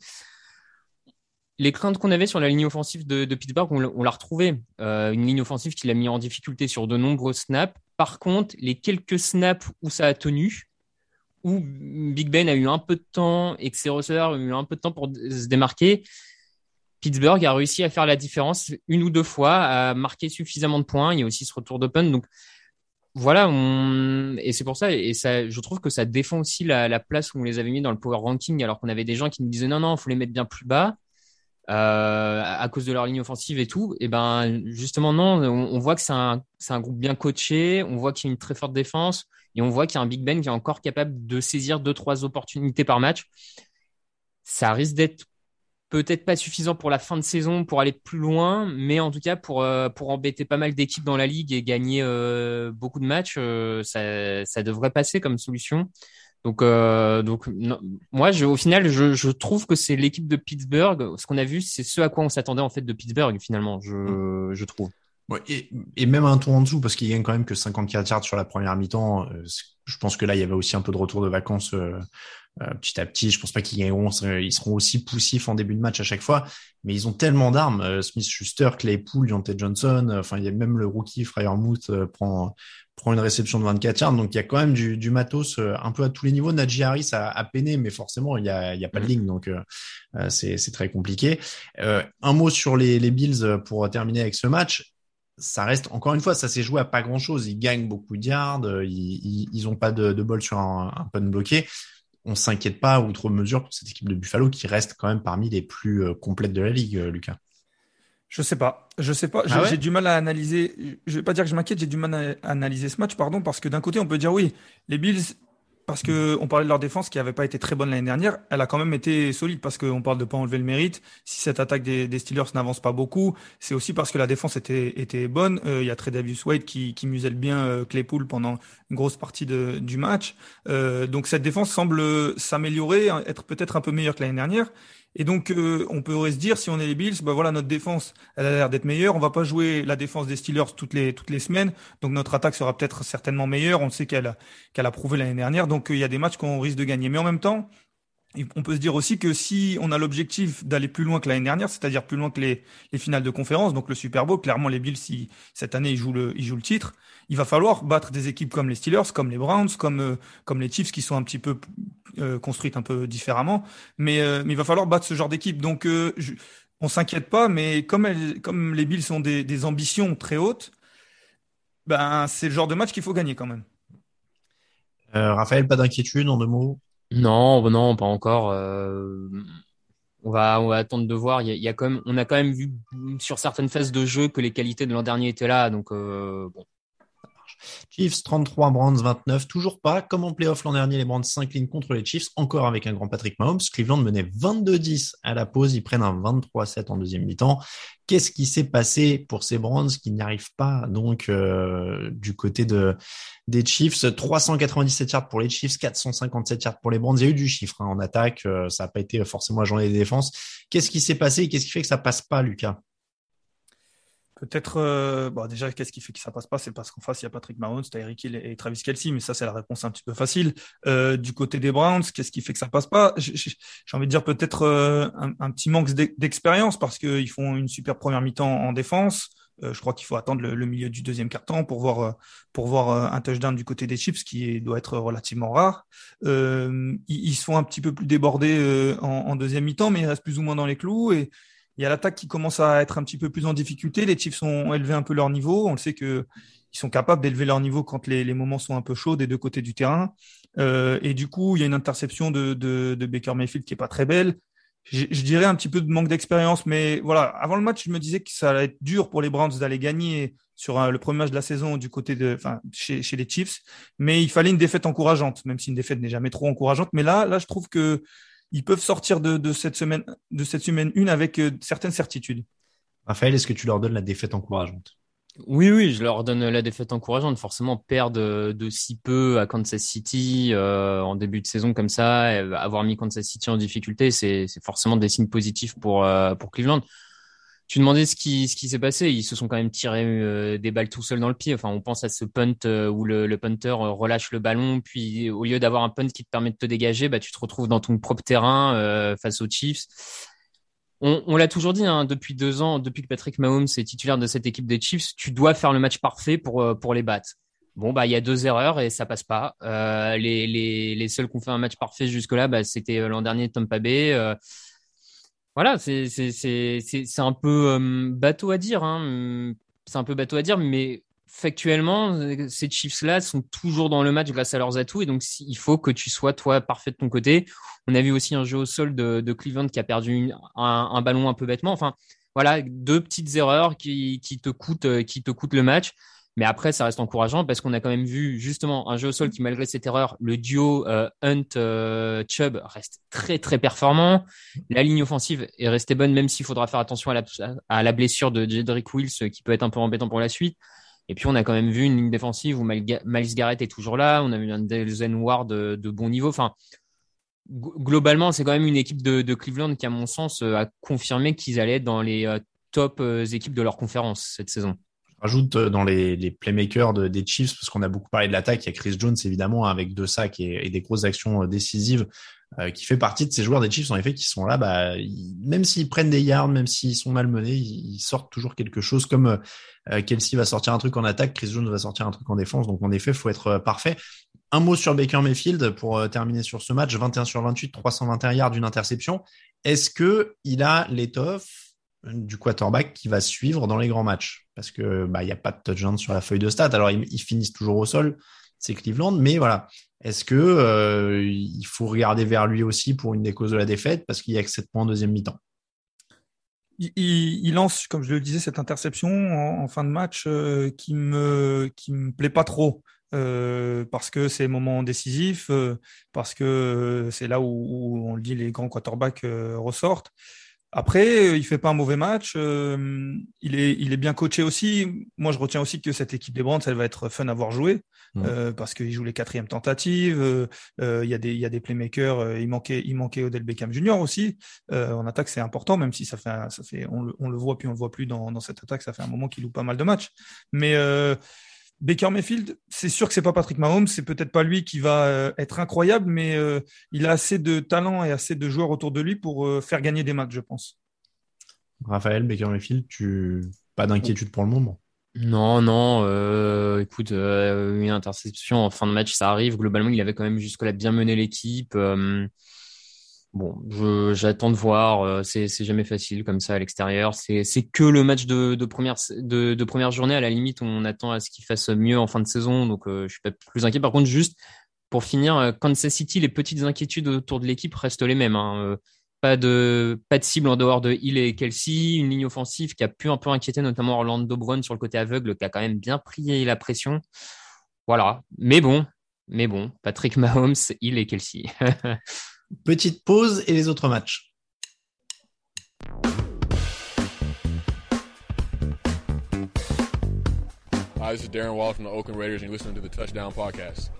les craintes qu'on avait sur la ligne offensive de Pittsburgh, on l'a retrouvé. Une ligne offensive qui l'a mis en difficulté sur de nombreux snaps. Par contre, les quelques snaps où ça a tenu, où Big Ben a eu un peu de temps et que ses receveurs ont eu un peu de temps pour se démarquer, Pittsburgh a réussi à faire la différence 1 ou 2 fois, à marquer suffisamment de points. Il y a aussi ce retour de punt. Donc, voilà. Et c'est pour ça, et ça, je trouve que ça défend aussi la place où on les avait mis dans le power ranking, alors qu'on avait des gens qui nous disaient non, faut les mettre bien plus bas, à cause de leur ligne offensive et tout. Et justement, non, on voit que c'est un groupe bien coaché. On voit qu'il y a une très forte défense et on voit qu'il y a un Big Ben qui est encore capable de saisir 2-3 opportunités par match. Ça risque d'être peut-être pas suffisant pour la fin de saison pour aller plus loin, mais en tout cas pour embêter pas mal d'équipes dans la ligue et gagner beaucoup de matchs, ça devrait passer comme solution. Donc non, moi au final je trouve que c'est l'équipe de Pittsburgh. Ce qu'on a vu, c'est ce à quoi on s'attendait en fait de Pittsburgh finalement. Je trouve. Ouais, et même un tour en dessous parce qu'il gagne quand même que 54 yards sur la première mi-temps. Je pense que là il y avait aussi un peu de retour de vacances. Petit à petit, je pense pas qu'ils gagneront, ils seront aussi poussifs en début de match à chaque fois, mais ils ont tellement d'armes, Smith-Schuster, Claypool, Diontae Johnson, enfin il y a même le rookie Freiermuth prend une réception de 24 yards, donc il y a quand même du matos un peu à tous les niveaux. Najee Harris a peiné, mais forcément il y a pas de ligne, donc c'est très compliqué. Un mot sur les Bills pour terminer avec ce match. Ça reste, encore une fois, ça s'est joué à pas grand chose. Ils gagnent beaucoup de yards, ils ont pas de bol sur un punt bloqué. On s'inquiète pas outre mesure pour cette équipe de Buffalo qui reste quand même parmi les plus complètes de la ligue, Lucas. Je sais pas. Ah ouais. J'ai du mal à analyser. Je vais pas dire que je m'inquiète, j'ai du mal à analyser ce match, pardon, parce que d'un côté, on peut dire oui, les Bills, parce que on parlait de leur défense qui avait pas été très bonne l'année dernière, elle a quand même été solide parce qu'on parle de pas enlever le mérite. Si cette attaque des Steelers n'avance pas beaucoup, c'est aussi parce que la défense était bonne. Il y a Tre'Davious White qui muselle bien Claypool pendant une grosse partie du match. Donc cette défense semble s'améliorer, être peut-être un peu meilleure que l'année dernière. Et donc, on pourrait se dire, si on est les Bills, voilà, notre défense, elle a l'air d'être meilleure. On va pas jouer la défense des Steelers toutes les semaines. Donc, notre attaque sera peut-être certainement meilleure. On sait qu'elle a prouvé l'année dernière. Donc, il y a des matchs qu'on risque de gagner. Mais en même temps, on peut se dire aussi que si on a l'objectif d'aller plus loin que l'année dernière, c'est-à-dire plus loin que les finales de conférence, donc le Super Bowl, clairement, les Bills, si cette année, ils jouent le titre, il va falloir battre des équipes comme les Steelers, comme les Browns, comme les Chiefs qui sont un petit peu construites un peu différemment. Mais il va falloir battre ce genre d'équipe. Donc, on s'inquiète pas, mais comme les Bills ont des ambitions très hautes, c'est le genre de match qu'il faut gagner quand même. Raphaël, pas d'inquiétude en 2 mots? Non, pas encore. On va attendre de voir. On a quand même vu sur certaines phases de jeu que les qualités de l'an dernier étaient là. Donc bon. Chiefs 33, Browns 29. Toujours pas. Comme en playoff l'an dernier, les Browns s'inclinent contre les Chiefs, encore avec un grand Patrick Mahomes. Cleveland menait 22-10 à la pause. Ils prennent un 23-7 en deuxième mi-temps. Qu'est-ce qui s'est passé pour ces Browns qui n'y arrivent pas donc du côté des Chiefs? 397 yards pour les Chiefs, 457 yards pour les Browns. Il y a eu du chiffre en attaque. Ça n'a pas été forcément la journée des défenses. Qu'est-ce qui s'est passé et qu'est-ce qui fait que ça passe pas, Lucas? Peut-être, déjà, qu'est-ce qui fait que ça passe pas? C'est parce qu'en face, il y a Patrick Mahomes, Tyreek Hill et Travis Kelce, mais ça, c'est la réponse un petit peu facile. Du côté des Browns, qu'est-ce qui fait que ça passe pas? J'ai envie de dire peut-être un petit manque d'expérience parce qu'ils font une super première mi-temps en défense. Je crois qu'il faut attendre le milieu du deuxième quart-temps pour voir un touchdown du côté des Chiefs doit être relativement rare. Ils se font un petit peu plus déborder en deuxième mi-temps, mais ils restent plus ou moins dans les clous et il y a l'attaque qui commence à être un petit peu plus en difficulté. Les Chiefs ont élevé un peu leur niveau. On le sait qu'ils sont capables d'élever leur niveau quand les moments sont un peu chauds des deux côtés du terrain. Et du coup, il y a une interception de Baker Mayfield qui est pas très belle. Je dirais un petit peu de manque d'expérience, mais voilà. Avant le match, je me disais que ça allait être dur pour les Browns d'aller gagner sur le premier match de la saison du côté chez les Chiefs. Mais il fallait une défaite encourageante, même si une défaite n'est jamais trop encourageante. Mais là, je trouve que ils peuvent sortir de cette semaine 1 avec certaines certitudes. Raphaël, est-ce que tu leur donnes la défaite encourageante? Oui, je leur donne la défaite encourageante. Forcément, perdre de si peu à Kansas City en début de saison comme ça, avoir mis Kansas City en difficulté, c'est forcément des signes positifs pour Cleveland. Tu demandais ce qui s'est passé. Ils se sont quand même tirés des balles tout seuls dans le pied. Enfin, on pense à ce punt où le punter relâche le ballon, puis au lieu d'avoir un punt qui te permet de te dégager, tu te retrouves dans ton propre terrain face aux Chiefs. On l'a toujours dit depuis 2 ans, depuis que Patrick Mahomes est titulaire de cette équipe des Chiefs, tu dois faire le match parfait pour les battre. Bon, il y a 2 erreurs et ça passe pas. Les seuls qui ont fait un match parfait jusque-là, c'était l'an dernier Tampa Bay. Voilà, c'est un peu bateau à dire, c'est un peu bateau à dire, mais factuellement, ces Chiefs-là sont toujours dans le match grâce à leurs atouts, et donc il faut que tu sois toi parfait de ton côté. On a vu aussi un jeu au sol de Cleveland qui a perdu un ballon un peu bêtement. Enfin, voilà, 2 petites erreurs qui te coûtent le match. Mais après, ça reste encourageant parce qu'on a quand même vu justement un jeu au sol qui, malgré cette erreur, le duo Hunt-Chubb reste très très performant. La ligne offensive est restée bonne, même s'il faudra faire attention à la blessure de Jedrick Wills qui peut être un peu embêtant pour la suite. Et puis on a quand même vu une ligne défensive où Myles Garrett est toujours là. On a vu un Delzen Ward de bon niveau. Enfin, globalement, c'est quand même une équipe de Cleveland qui, à mon sens, a confirmé qu'ils allaient être dans les top équipes de leur conférence cette saison. Rajoute dans les playmakers des Chiefs, parce qu'on a beaucoup parlé de l'attaque, il y a Chris Jones évidemment avec 2 sacs et des grosses actions décisives, qui fait partie de ces joueurs des Chiefs en effet qui sont là, même s'ils prennent des yards, même s'ils sont malmenés, ils sortent toujours quelque chose. Comme Kelce va sortir un truc en attaque, Chris Jones va sortir un truc en défense, donc en effet il faut être parfait. Un mot sur Baker Mayfield pour terminer sur ce match: 21 sur 28, 321 yards, d'une interception. Est-ce que il a l'étoffe du quarterback qui va suivre dans les grands matchs? Parce que il y a pas de touchdown sur la feuille de stats. Alors ils finissent toujours au sol, c'est Cleveland, mais voilà. Est-ce que il faut regarder vers lui aussi pour une des causes de la défaite, parce qu'il y a que 7 points en deuxième mi-temps? Il lance, comme je le disais, cette interception en fin de match qui me plaît pas trop. Parce que c'est le moment décisif, parce que c'est là où on le dit, les grands quarterbacks ressortent. Après, il fait pas un mauvais match. Il est bien coaché aussi. Moi, je retiens aussi que cette équipe des Browns, elle va être fun à voir jouer, parce qu'ils jouent les 4e tentatives. Il y a des playmakers. Il manquait Odell Beckham Jr. aussi. En attaque, c'est important, même si ça fait, on le voit puis on le voit plus dans cette attaque. Ça fait un moment qu'il loupe pas mal de matchs. Mais Baker Mayfield, c'est sûr que c'est pas Patrick Mahomes, c'est peut-être pas lui qui va être incroyable, mais il a assez de talent et assez de joueurs autour de lui pour faire gagner des matchs, je pense. Raphaël, Baker Mayfield, pas d'inquiétude pour le moment? Non, écoute, une interception en fin de match, ça arrive. Globalement, il avait quand même jusque-là bien mené l'équipe. Bon, j'attends de voir. C'est jamais facile comme ça à l'extérieur. C'est que le match de première journée. À la limite, on attend à ce qu'il fasse mieux en fin de saison. Donc, je suis pas plus inquiet. Par contre, juste pour finir, Kansas City, les petites inquiétudes autour de l'équipe restent les mêmes. Pas de cible en dehors de Hill et Kelsey, une ligne offensive qui a pu un peu inquiéter, notamment Orlando Brown sur le côté aveugle, qui a quand même bien pris la pression. Voilà. Mais bon, Patrick Mahomes, Hill et Kelsey. Petite pause et les autres matchs. Hi, this is Darren Waller from the Oakland Raiders, and you're listening to the Touchdown Podcast.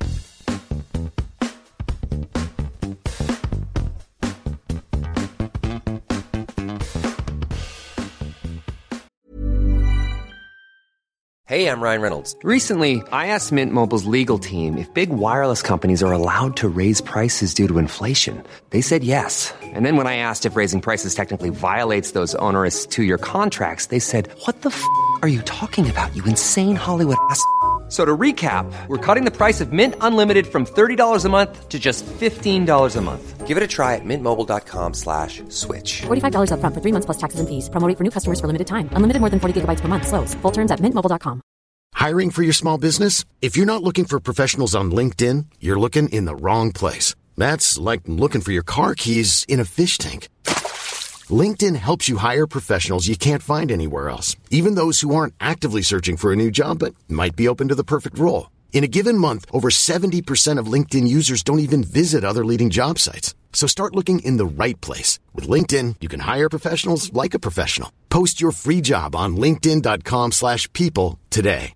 Hey, I'm Ryan Reynolds. Recently, I asked Mint Mobile's legal team if big wireless companies are allowed to raise prices due to inflation. They said yes. And then when I asked if raising prices technically violates those onerous two-year contracts, they said, "What the f*** are you talking about, you insane Hollywood ass?" So to recap, we're cutting the price of Mint Unlimited from $30 a month to just $15 a month. Give it a try at mintmobile.com/switch. $45 up front for 3 months plus taxes and fees. Promo rate for new customers for limited time. Unlimited more than 40 gigabytes per month. Slows full terms at mintmobile.com. Hiring for your small business? If you're not looking for professionals on LinkedIn, you're looking in the wrong place. That's like looking for your car keys in a fish tank. LinkedIn helps you hire professionals you can't find anywhere else, even those who aren't actively searching for a new job but might be open to the perfect role. In a given month, over 70% of LinkedIn users don't even visit other leading job sites. So start looking in the right place. With LinkedIn, you can hire professionals like a professional. Post your free job on linkedin.com/people today.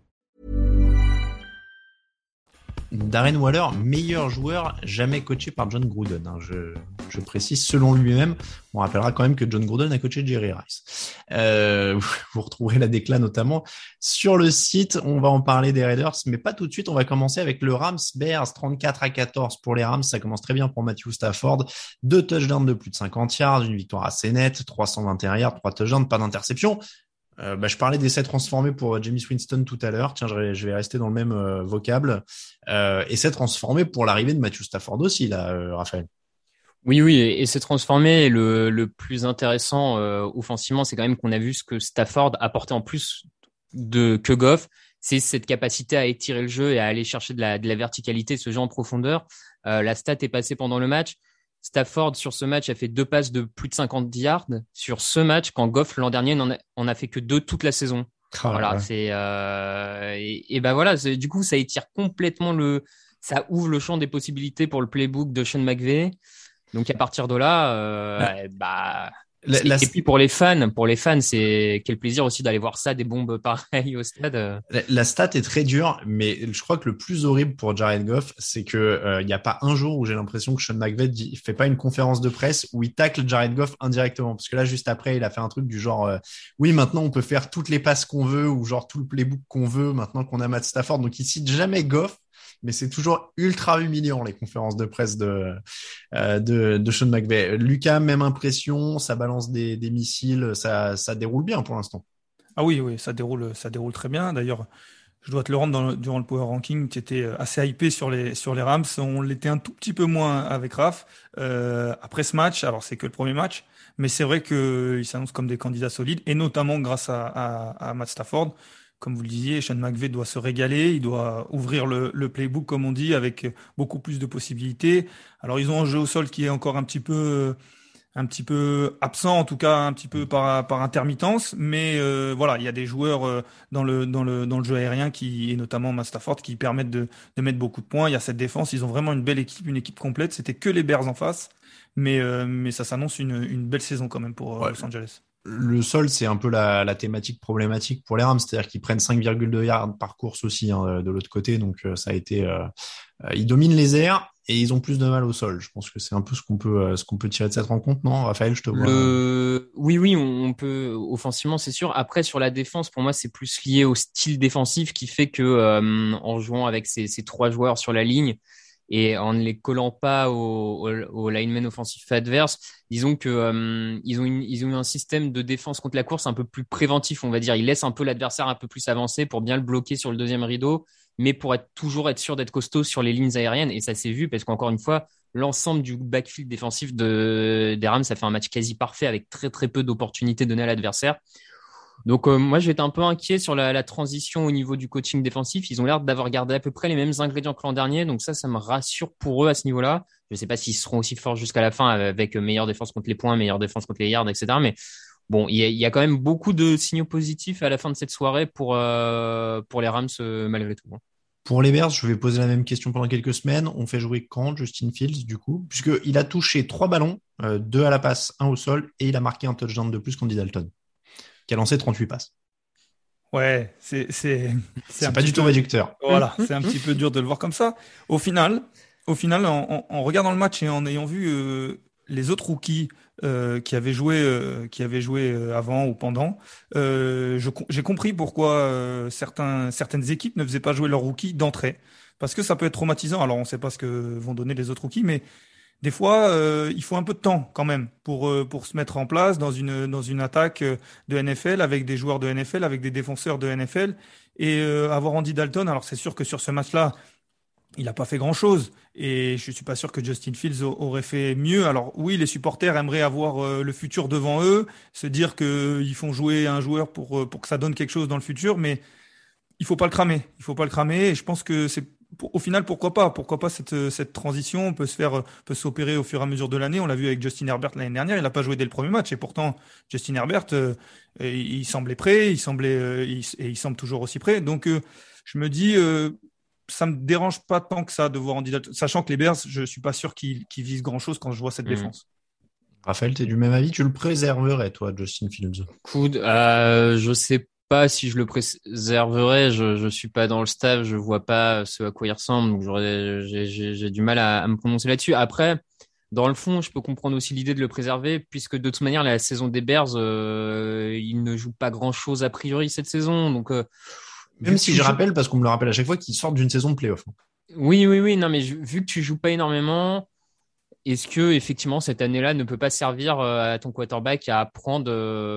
Darren Waller, meilleur joueur jamais coaché par John Gruden. Je précise, selon lui-même, on rappellera quand même que John Gruden a coaché Jerry Rice. Vous retrouverez la déclat notamment sur le site. On va en parler des Raiders, mais pas tout de suite. On va commencer avec le Rams-Bears, 34-14 pour les Rams. Ça commence très bien pour Matthew Stafford. 2 touchdowns de plus de 50 yards, une victoire assez nette, 321 yards, 3 touchdowns, pas d'interception. Je parlais d'essais transformés pour Jameis Winston tout à l'heure. Tiens, je vais rester dans le même vocable. Essais transformés pour l'arrivée de Matthew Stafford aussi, là, Raphaël. Oui, et c'est transformé. Le plus intéressant offensivement, c'est quand même qu'on a vu ce que Stafford apportait en plus que Goff. C'est cette capacité à étirer le jeu et à aller chercher de la verticalité, ce jeu en profondeur. La stat est passée pendant le match. Stafford, sur ce match, a fait 2 passes de plus de 50 yards sur ce match, quand Goff, l'an dernier, n'en a fait que 2 toute la saison. Voilà, c'est voilà, du coup, ça étire complètement ça ouvre le champ des possibilités pour le playbook de Sean McVay. Donc, à partir de là, et puis pour les fans, c'est quel plaisir aussi d'aller voir ça, des bombes pareilles au stade. La stat est très dure, mais je crois que le plus horrible pour Jared Goff, c'est que il y a pas un jour où j'ai l'impression que Sean McVay fait pas une conférence de presse où il tacle Jared Goff indirectement, parce que là juste après il a fait un truc du genre oui, maintenant on peut faire toutes les passes qu'on veut, ou genre tout le playbook qu'on veut maintenant qu'on a Matt Stafford. Donc il cite jamais Goff, mais c'est toujours ultra humiliant, les conférences de presse de Sean McVay. Lucas, même impression, ça balance des missiles, ça déroule bien pour l'instant. Ah oui, ça déroule très bien. D'ailleurs, je dois te le rendre durant le Power Ranking, tu étais assez hypé sur les Rams. On l'était un tout petit peu moins avec Raph. Après ce match, alors c'est que le premier match, mais c'est vrai qu'ils s'annoncent comme des candidats solides, et notamment grâce à Matt Stafford. Comme vous le disiez, Sean McVay doit se régaler, il doit ouvrir le playbook, comme on dit, avec beaucoup plus de possibilités. Alors, ils ont un jeu au sol qui est encore un petit peu absent, en tout cas un petit peu par intermittence, mais voilà, il y a des joueurs dans le jeu aérien et notamment Matt Stafford, qui permettent de mettre beaucoup de points. Il y a cette défense, ils ont vraiment une belle équipe, une équipe complète. C'était que les Bears en face, mais ça s'annonce une belle saison quand même pour Los Angeles. Le sol, c'est un peu la thématique problématique pour les Rams, c'est-à-dire qu'ils prennent 5,2 yards par course aussi de l'autre côté, donc ça a été ils dominent les airs et ils ont plus de mal au sol. Je pense que c'est un peu ce qu'on peut tirer de cette rencontre, non, Raphaël, je te vois. Oui, on peut offensivement, c'est sûr. Après, sur la défense, pour moi, c'est plus lié au style défensif, qui fait que en jouant avec ces 3 joueurs sur la ligne et en ne les collant pas au lineman offensif adverse, disons que ils ont eu un système de défense contre la course un peu plus préventif, on va dire. Ils laissent un peu l'adversaire un peu plus avancer pour bien le bloquer sur le deuxième rideau, mais pour toujours être sûr d'être costaud sur les lignes aériennes. Et ça s'est vu, parce qu'encore une fois, l'ensemble du backfield défensif des Rams, ça fait un match quasi parfait avec très très peu d'opportunités données à l'adversaire. Donc moi, j'étais un peu inquiet sur la transition au niveau du coaching défensif. Ils ont l'air d'avoir gardé à peu près les mêmes ingrédients que l'an dernier, donc ça me rassure pour eux à ce niveau-là. Je ne sais pas s'ils seront aussi forts jusqu'à la fin avec meilleure défense contre les points, meilleure défense contre les yards, etc. Mais bon, il y a quand même beaucoup de signaux positifs à la fin de cette soirée pour les Rams malgré tout. Pour les Bears, je vais poser la même question pendant quelques semaines. On fait jouer quand Justin Fields, du coup, puisqu'il a touché 3 ballons, 2 à la passe, 1 au sol, et il a marqué un touchdown de plus qu'Andy Dalton, qui a lancé 38 passes. Ouais, c'est pas du tout réducteur. Voilà, c'est un petit peu dur de le voir comme ça. Au final, en regardant le match et en ayant vu les autres rookies qui avaient joué avant ou pendant, j'ai compris pourquoi certaines équipes ne faisaient pas jouer leurs rookies d'entrée. Parce que ça peut être traumatisant. Alors, on ne sait pas ce que vont donner les autres rookies, mais des fois, il faut un peu de temps quand même pour se mettre en place dans une attaque de NFL avec des joueurs de NFL, avec des défenseurs de NFL. Et avoir Andy Dalton, alors c'est sûr que sur ce match-là, il n'a pas fait grand-chose. Et je suis pas sûr que Justin Fields aurait fait mieux. Alors oui, les supporters aimeraient avoir le futur devant eux, se dire qu'ils font jouer un joueur pour que ça donne quelque chose dans le futur, mais il faut pas le cramer. Il faut pas le cramer. Et je pense que au final, pourquoi pas cette transition peut s'opérer au fur et à mesure de l'année. On l'a vu avec Justin Herbert l'année dernière. Il n'a pas joué dès le premier match. Et pourtant, Justin Herbert, il semblait prêt. Il semble toujours aussi prêt. Donc, je me dis, ça me dérange pas tant que ça de voir Andy Dalton, sachant que les Bears, je suis pas sûr qu'ils visent grand chose quand je vois cette défense. Raphaël, t'es du même avis? Tu le préserverais, toi, Justin Fields? Je sais pas si je le préserverais. Je suis pas dans le staff, je vois pas ce à quoi il ressemble, donc j'ai du mal à me prononcer là-dessus. Après, dans le fond, je peux comprendre aussi l'idée de le préserver, puisque de toute manière, la saison des Bears, il ne joue pas grand-chose a priori cette saison, donc. Même si je rappelle, parce qu'on me le rappelle à chaque fois, qu'ils sortent d'une saison de play-off. Oui, non, mais vu que tu joues pas énormément, est-ce que effectivement cette année-là ne peut pas servir à ton quarterback à apprendre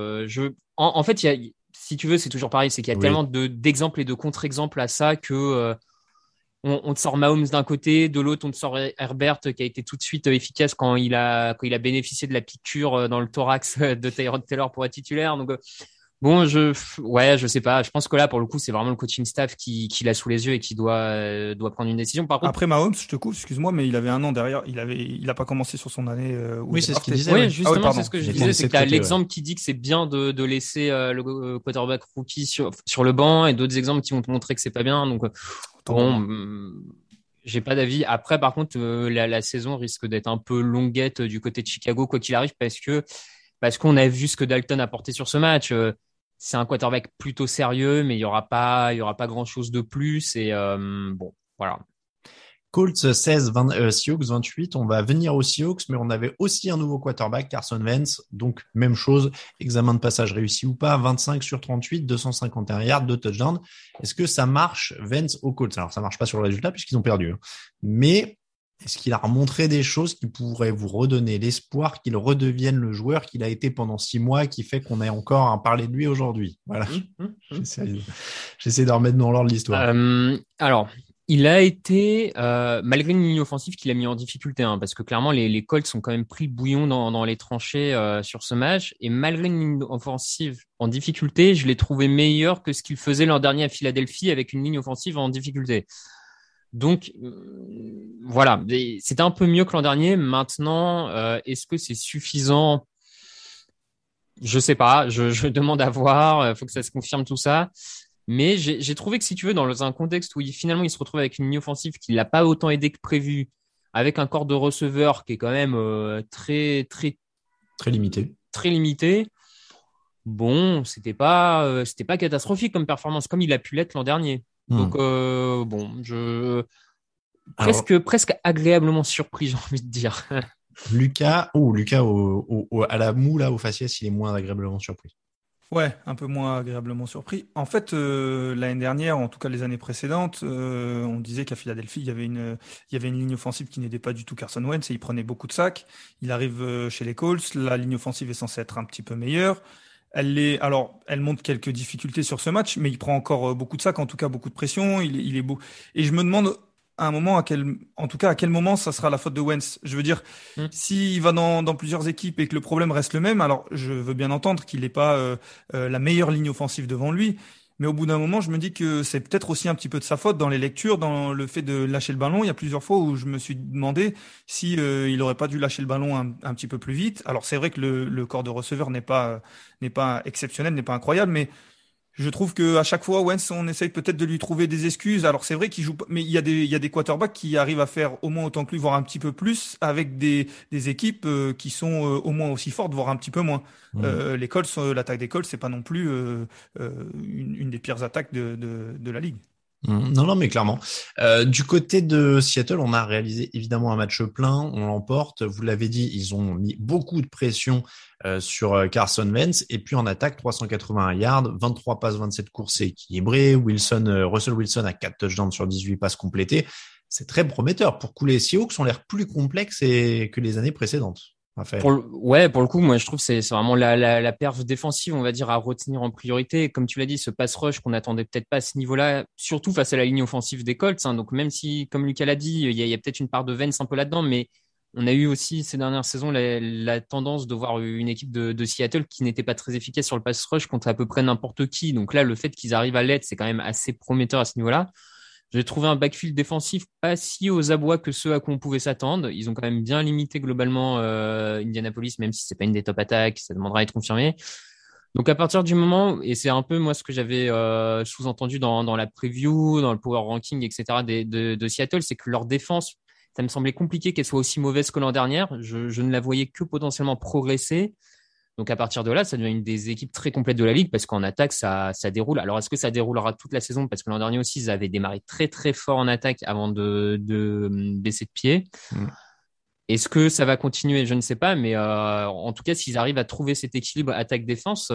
En fait, si tu veux, c'est toujours pareil, c'est qu'il y a tellement d'exemples et de contre-exemples à ça que on te sort Mahomes d'un côté, de l'autre on te sort Herbert qui a été tout de suite efficace quand il a bénéficié de la piqûre dans le thorax de Tyrod Taylor pour être titulaire. Donc bon, je sais pas. Je pense que là, pour le coup, c'est vraiment le coaching staff qui l'a sous les yeux et qui doit prendre une décision. Par contre, après Mahomes, je te coupe, excuse-moi, mais il avait un an derrière. Il a pas commencé sur son année. Oui, c'est ce qu'il disait. Oui, justement, c'est ce que je disais. C'est que tu as l'exemple qui dit que c'est bien de laisser le quarterback rookie sur le banc, et d'autres exemples qui vont te montrer que c'est pas bien. Donc, j'ai pas d'avis. Après, par contre, la saison risque d'être un peu longuette du côté de Chicago, quoi qu'il arrive, parce qu'on a vu ce que Dalton a porté sur ce match. C'est un quarterback plutôt sérieux, mais il y aura pas grand chose de plus. Et bon, voilà. Colts 16, Seahawks 28. On va venir aux Seahawks, mais on avait aussi un nouveau quarterback, Carson Wentz. Donc, même chose, examen de passage réussi ou pas, 25 sur 38, 251 yards, 2 touchdowns. Est-ce que ça marche, Wentz aux Colts? Alors, ça marche pas sur le résultat puisqu'ils ont perdu. Mais est-ce qu'il a remontré des choses qui pourraient vous redonner l'espoir qu'il redevienne le joueur qu'il a été pendant 6 mois, qui fait qu'on ait encore à parler de lui aujourd'hui? Voilà. J'essaie de remettre dans l'ordre l'histoire. Alors, il a été, malgré une ligne offensive qu'il a mis en difficulté, parce que clairement, les Colts ont quand même pris le bouillon dans les tranchées sur ce match. Et malgré une ligne offensive en difficulté, je l'ai trouvé meilleur que ce qu'il faisait l'an dernier à Philadelphie avec une ligne offensive en difficulté. Donc, voilà, c'était un peu mieux que l'an dernier. Maintenant, est-ce que c'est suffisant? Je sais pas, je demande à voir, faut que ça se confirme tout ça. Mais j'ai trouvé que, si tu veux, dans un contexte où finalement il se retrouve avec une ligne offensive qui l'a pas autant aidé que prévu, avec un corps de receveur qui est quand même très limité. Très limité. Bon, c'était pas catastrophique comme performance, comme il a pu l'être l'an dernier. Donc bon, presque agréablement surpris, j'ai envie de dire. Lucas à la moue là au faciès, il est moins agréablement surpris. Ouais, un peu moins agréablement surpris. En fait, l'année dernière, en tout cas les années précédentes, on disait qu'à Philadelphie, il y avait une ligne offensive qui n'aidait pas du tout Carson Wentz et il prenait beaucoup de sacs. Il arrive chez les Colts, la ligne offensive est censée être un petit peu meilleure. Elle montre quelques difficultés sur ce match, mais il prend encore beaucoup de sacs, en tout cas beaucoup de pression. Il est beau. Et je me demande à un moment en tout cas, à quel moment ça sera la faute de Wentz. Je veux dire, s'il va dans plusieurs équipes et que le problème reste le même, alors je veux bien entendre qu'il n'est pas la meilleure ligne offensive devant lui. Mais au bout d'un moment, je me dis que c'est peut-être aussi un petit peu de sa faute dans les lectures, dans le fait de lâcher le ballon. Il y a plusieurs fois où je me suis demandé si il aurait pas dû lâcher le ballon un petit peu plus vite. Alors c'est vrai que le corps de receveur n'est pas exceptionnel, n'est pas incroyable, mais je trouve que à chaque fois, Wentz, on essaye peut-être de lui trouver des excuses. Alors c'est vrai qu'il joue, mais il y a des quarterbacks qui arrivent à faire au moins autant que lui, voire un petit peu plus, avec des équipes qui sont au moins aussi fortes, voire un petit peu moins. Les Colts, l'attaque des Colts, c'est pas non plus une des pires attaques de la ligue. Non, mais clairement. Du côté de Seattle, on a réalisé évidemment un match plein, on l'emporte. Vous l'avez dit, ils ont mis beaucoup de pression sur Carson Wentz. Et puis en attaque, 381 yards, 23 passes, 27 courses équilibrées. Russell Wilson a 4 touchdowns sur 18 passes complétées. C'est très prometteur. Pour coup, les Seahawks ont l'air plus complexes que les années précédentes. Pour le coup, moi, je trouve que c'est vraiment la perf défensive, on va dire, à retenir en priorité. Comme tu l'as dit, ce pass rush qu'on n'attendait peut-être pas à ce niveau-là, surtout face à la ligne offensive des Colts. Donc, même si, comme Lucas l'a dit, il y a peut-être une part de Vance un peu là-dedans, mais on a eu aussi ces dernières saisons la tendance de voir une équipe de Seattle qui n'était pas très efficace sur le pass rush contre à peu près n'importe qui. Donc là, le fait qu'ils arrivent à l'être, c'est quand même assez prometteur à ce niveau-là. J'ai trouvé un backfield défensif pas si aux abois que ceux à quoi on pouvait s'attendre. Ils ont quand même bien limité globalement Indianapolis, même si c'est pas une des top attaques, ça demandera à être confirmé. Donc à partir du moment, et c'est un peu moi ce que j'avais sous-entendu dans la preview, dans le power ranking, etc. de Seattle, c'est que leur défense, ça me semblait compliqué qu'elle soit aussi mauvaise que l'an dernier. Je ne la voyais que potentiellement progresser. Donc à partir de là, ça devient une des équipes très complètes de la ligue parce qu'en attaque, ça déroule. Alors est-ce que ça déroulera toute la saison? Parce que l'an dernier aussi, ils avaient démarré très très fort en attaque avant de baisser de pied. Est-ce que ça va continuer? Je ne sais pas, mais en tout cas, s'ils arrivent à trouver cet équilibre attaque-défense,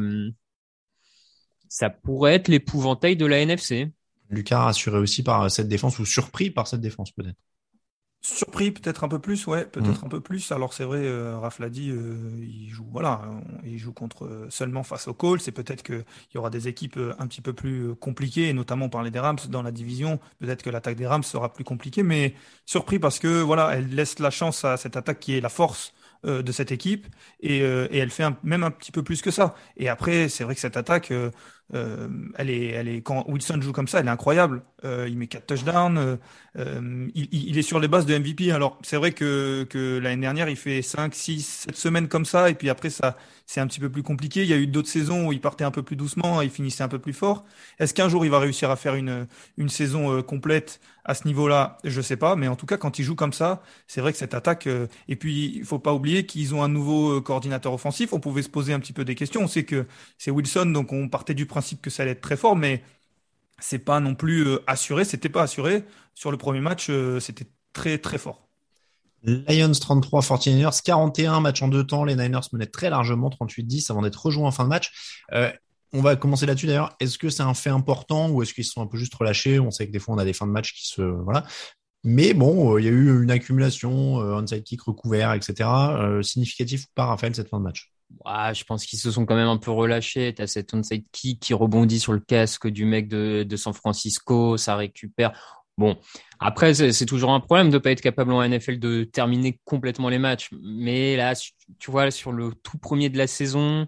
ça pourrait être l'épouvantail de la NFC. Lucas rassuré aussi par cette défense ou surpris par cette défense peut-être? Surpris, peut-être un peu plus, ouais, peut-être un peu plus. Alors c'est vrai, Raph l'a dit, il joue seulement face aux Colts. Et peut-être qu'il y aura des équipes un petit peu plus compliquées, et notamment parler des Rams dans la division. Peut-être que l'attaque des Rams sera plus compliquée, mais surpris parce que voilà, elle laisse la chance à cette attaque qui est la force de cette équipe et elle fait même un petit peu plus que ça. Et après, c'est vrai que cette attaque, elle est quand Wilson joue comme ça, elle est incroyable. Il met 4 touchdowns. Il est sur les bases de MVP. Alors, c'est vrai que l'année dernière, il fait 5, 6, 7 semaines comme ça. Et puis après, ça, c'est un petit peu plus compliqué. Il y a eu d'autres saisons où il partait un peu plus doucement et il finissait un peu plus fort. Est-ce qu'un jour, il va réussir à faire une saison complète à ce niveau-là? Je sais pas. Mais en tout cas, quand il joue comme ça, c'est vrai que cette attaque, et puis, il faut pas oublier qu'ils ont un nouveau coordinateur offensif. On pouvait se poser un petit peu des questions. On sait que c'est Wilson, donc on partait du principe que ça allait être très fort, mais c'est pas non plus assuré. C'était pas assuré. Sur le premier match, c'était très, très fort. Lions 33, 49ers 41, match en 2 temps. Les Niners menaient très largement 38-10 avant d'être rejoints en fin de match. On va commencer là-dessus d'ailleurs. Est-ce que c'est un fait important ou est-ce qu'ils se sont un peu juste relâchés? On sait que des fois on a des fins de match qui se voilà. Mais bon, il y a eu une accumulation, onside kick recouvert, etc. Significatif ou pas, Raphaël, cette fin de match? Je pense qu'ils se sont quand même un peu relâchés. T'as cet onside kick qui rebondit sur le casque du mec de San Francisco, ça récupère. Bon, après, c'est toujours un problème de pas être capable en NFL de terminer complètement les matchs. Mais là, tu vois, sur le tout premier de la saison,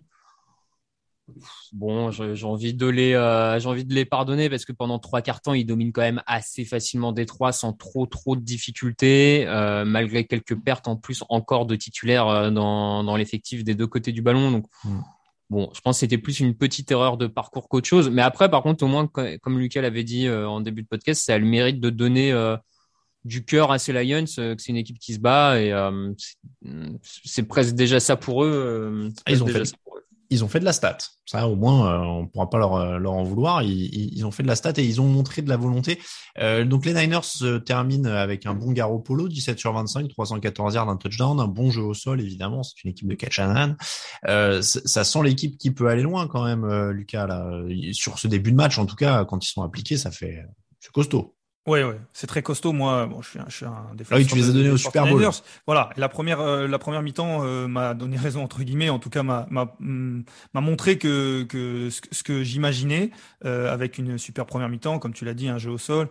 bon, j'ai envie de les pardonner parce que pendant 3/4 temps, ils dominent quand même assez facilement Détroit sans trop de difficultés, malgré quelques pertes en plus encore de titulaires dans l'effectif des deux côtés du ballon. Donc, bon, je pense que c'était plus une petite erreur de parcours qu'autre chose. Mais après, par contre, au moins, comme Lucas l'avait dit en début de podcast, ça a le mérite de donner du cœur à ces Lions, que c'est une équipe qui se bat et c'est presque déjà ça pour eux. Ils ont fait de la stat. Ça, au moins, on pourra pas leur en vouloir. Ils ont fait de la stat et ils ont montré de la volonté. Donc, les Niners terminent avec un bon Garoppolo, 17 sur 25, 314 yards, un touchdown, un bon jeu au sol, évidemment. C'est une équipe de Kyle Shanahan. Ça sent l'équipe qui peut aller loin quand même, Lucas, là. Sur ce début de match, en tout cas, quand ils sont appliqués, c'est costaud. Ouais, c'est très costaud. Moi, bon, je suis un défenseur. Ah oui, tu les as donnés au Super Bowl. Voilà. Et la première mi-temps m'a donné raison entre guillemets. En tout cas, m'a montré que ce que j'imaginais avec une super première mi-temps, comme tu l'as dit, un jeu au sol,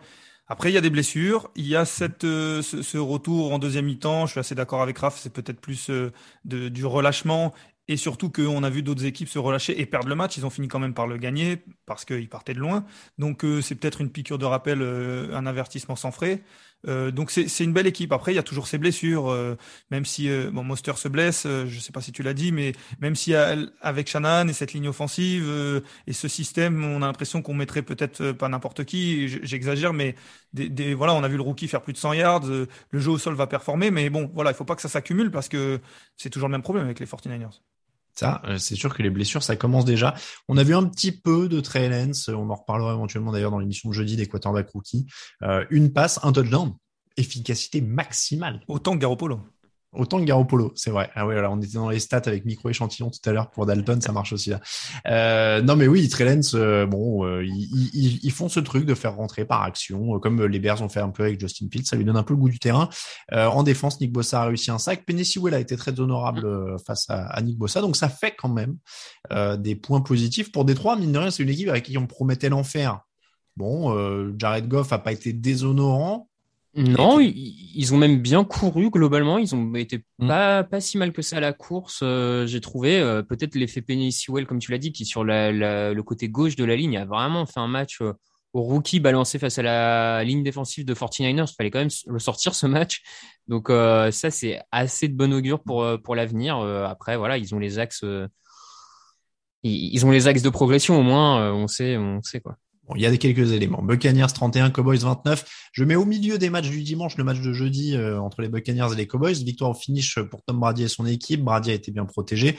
Après, il y a des blessures, il y a ce retour en deuxième mi-temps. Je suis assez d'accord avec Raph, c'est peut-être plus du relâchement. Et surtout qu'on a vu d'autres équipes se relâcher et perdre le match. Ils ont fini quand même par le gagner parce qu'ils partaient de loin. Donc c'est peut-être une piqûre de rappel, un avertissement sans frais. Donc c'est une belle équipe. Après, il y a toujours ces blessures. Même si Monster se blesse, je sais pas si tu l'as dit, mais même si avec Shanahan et cette ligne offensive et ce système, on a l'impression qu'on mettrait peut-être pas n'importe qui. J'exagère, mais voilà, on a vu le rookie faire plus de 100 yards. Le jeu au sol va performer, mais bon, voilà, il faut pas que ça s'accumule parce que c'est toujours le même problème avec les 49ers. Ça, c'est sûr que les blessures, ça commence déjà. On a vu un petit peu de Trey Lance, on en reparlera éventuellement d'ailleurs dans l'émission de jeudi des quarterbacks rookies. Une passe, un touchdown, efficacité maximale. Autant que Garoppolo. Autant que Garoppolo, c'est vrai. Ah ouais, voilà, on était dans les stats avec micro-échantillon tout à l'heure pour Dalton, ça marche aussi là. Non mais oui, Trey Lance, ils font ce truc de faire rentrer par action, comme les Bears ont fait un peu avec Justin Fields, ça lui donne un peu le goût du terrain. En défense, Nick Bosa a réussi un sac. Penei Sewell a été très honorable face à Nick Bosa, donc ça fait quand même des points positifs pour Détroit. Mine de rien, c'est une équipe avec qui on promettait l'enfer. Bon, Jared Goff a pas été déshonorant. Non, ils ont même bien couru globalement. Ils ont été pas si mal que ça à la course, j'ai trouvé. Peut-être l'effet Penei Sewell, comme tu l'as dit, qui sur le côté gauche de la ligne a vraiment fait un match au rookie balancé face à la ligne défensive de 49ers. Il fallait quand même le sortir ce match. Donc ça, c'est assez de bon augure pour l'avenir. Après, voilà, ils ont les axes. Ils ont les axes de progression au moins. On sait quoi. Bon, il y a quelques éléments. Buccaneers 31, Cowboys 29. Je mets au milieu des matchs du dimanche le match de jeudi entre les Buccaneers et les Cowboys. Victoire au finish pour Tom Brady et son équipe. Brady a été bien protégé.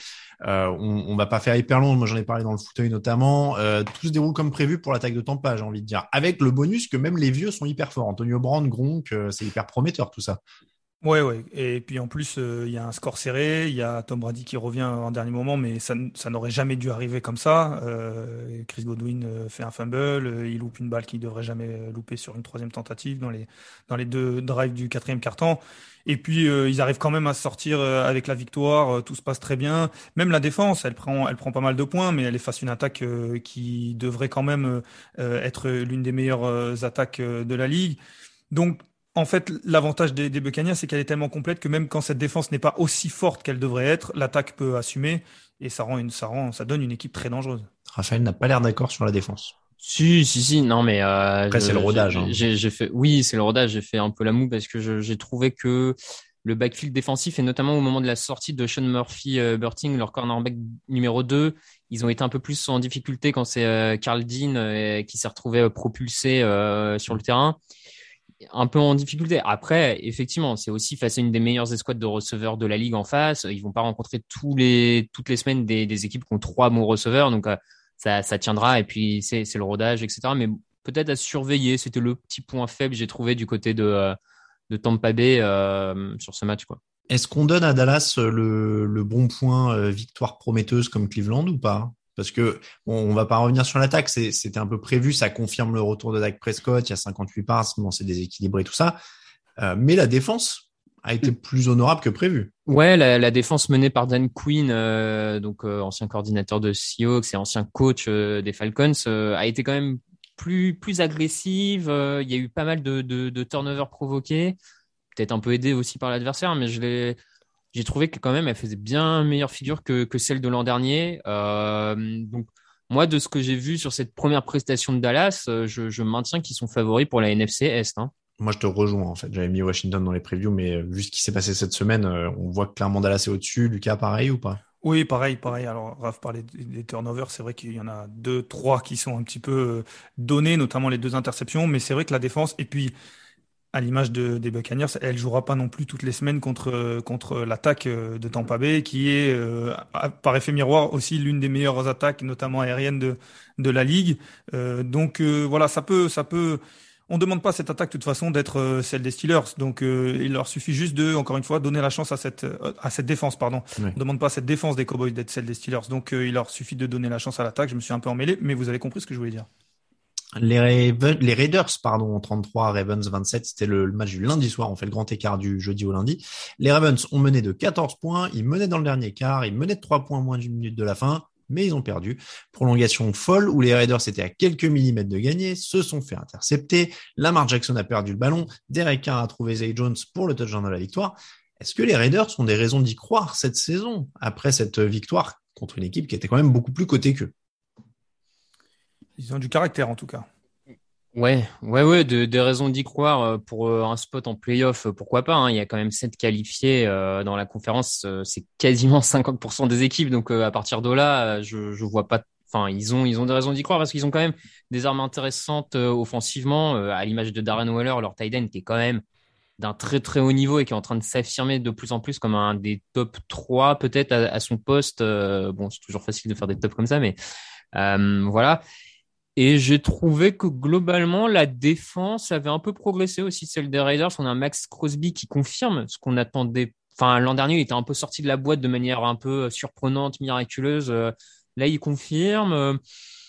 On va pas faire hyper long. Moi, j'en ai parlé dans le fauteuil notamment. Tout se déroule comme prévu pour l'attaque de Tampa, j'ai envie de dire. Avec le bonus que même les vieux sont hyper forts. Antonio Brown, Gronk, c'est hyper prometteur tout ça. Ouais. Et puis en plus, il y a un score serré, il y a Tom Brady qui revient en dernier moment, mais ça n'aurait jamais dû arriver comme ça. Chris Godwin fait un fumble, il loupe une balle qu'il devrait jamais louper sur une troisième tentative dans les deux drives du quatrième quart-temps. Et puis ils arrivent quand même à sortir avec la victoire, tout se passe très bien. Même la défense, elle prend pas mal de points, mais elle est face à une attaque qui devrait quand même être l'une des meilleures attaques de la ligue. Donc en fait, l'avantage des Buccaneers, c'est qu'elle est tellement complète que même quand cette défense n'est pas aussi forte qu'elle devrait être, l'attaque peut assumer et ça donne une équipe très dangereuse. Raphaël n'a pas l'air d'accord sur la défense. Si. Non, mais après, c'est le rodage. Oui, c'est le rodage. J'ai fait un peu la moue parce que j'ai trouvé que le backfield défensif et notamment au moment de la sortie de Sean Murphy-Bunting, leur cornerback numéro 2, ils ont été un peu plus en difficulté quand c'est Carl Dean qui s'est retrouvé propulsé sur le terrain. Un peu en difficulté. Après, effectivement, c'est aussi face à une des meilleures escouades de receveurs de la ligue en face. Ils vont pas rencontrer toutes les semaines des équipes qui ont 3 bons receveurs, donc ça tiendra. Et puis c'est le rodage, etc. Mais peut-être à surveiller. C'était le petit point faible j'ai trouvé du côté de Tampa Bay sur ce match, quoi. Est-ce qu'on donne à Dallas le bon point victoire prometteuse comme Cleveland ou pas? Parce que on va pas revenir sur l'attaque, c'était un peu prévu, ça confirme le retour de Dak Prescott, il y a 58 passes, bon, c'est déséquilibré tout ça, mais la défense a été plus honorable que prévu. Ouais, la défense menée par Dan Quinn, ancien coordinateur de Seahawks et ancien coach des Falcons, a été quand même plus agressive. Il y a eu pas mal de turnovers provoqués, peut-être un peu aidé aussi par l'adversaire, mais j'ai trouvé que quand même elle faisait bien meilleure figure que celle de l'an dernier. Donc moi, de ce que j'ai vu sur cette première prestation de Dallas, je maintiens qu'ils sont favoris pour la NFC Est. Hein. Moi, je te rejoins en fait. J'avais mis Washington dans les previews, mais vu ce qui s'est passé cette semaine, on voit que clairement Dallas est au-dessus. Lucas, pareil ou pas? Oui, pareil. Alors, Raph parlait des turnovers. C'est vrai qu'il y en a 2-3 qui sont un petit peu donnés, notamment les 2 interceptions. Mais c'est vrai que la défense, et puis à l'image des Buccaneers, elle jouera pas non plus toutes les semaines contre l'attaque de Tampa Bay, qui est par effet miroir aussi l'une des meilleures attaques, notamment aériennes de la ligue. Donc voilà, ça peut. On demande pas à cette attaque de toute façon d'être celle des Steelers. Donc il leur suffit juste de, encore une fois, donner la chance à cette défense, pardon. Oui. On demande pas à cette défense des Cowboys d'être celle des Steelers. Donc il leur suffit de donner la chance à l'attaque. Je me suis un peu emmêlé, mais vous avez compris ce que je voulais dire. Les Raiders, 33, Ravens 27, c'était le match du lundi soir. On fait le grand écart du jeudi au lundi. Les Ravens ont mené de 14 points. Ils menaient dans le dernier quart. Ils menaient de 3 points moins d'une minute de la fin. mais ils ont perdu. Prolongation folle où les Raiders étaient à quelques millimètres de gagner, se sont fait intercepter. Lamar Jackson a perdu le ballon. Derek Carr a trouvé Zay Jones pour le touchdown de la victoire. Est-ce que les Raiders ont des raisons d'y croire cette saison après cette victoire contre une équipe qui était quand même beaucoup plus cotée qu'eux? Ils ont du caractère en tout cas. Ouais, des raisons d'y croire pour un spot en playoff, pourquoi pas, hein. Il y a quand même 7 qualifiés dans la conférence, c'est quasiment 50% des équipes, donc à partir de là, je vois pas. Enfin, ils ont des raisons d'y croire parce qu'ils ont quand même des armes intéressantes offensivement, à l'image de Darren Waller, leur tight end qui est quand même d'un très très haut niveau et qui est en train de s'affirmer de plus en plus comme un des top 3 peut-être à son poste. Bon, c'est toujours facile de faire des tops comme ça, mais voilà. Et j'ai trouvé que globalement, la défense avait un peu progressé aussi, celle des Raiders. On a un Max Crosby qui confirme ce qu'on attendait. Enfin, l'an dernier, il était un peu sorti de la boîte de manière un peu surprenante, miraculeuse. Là, il confirme.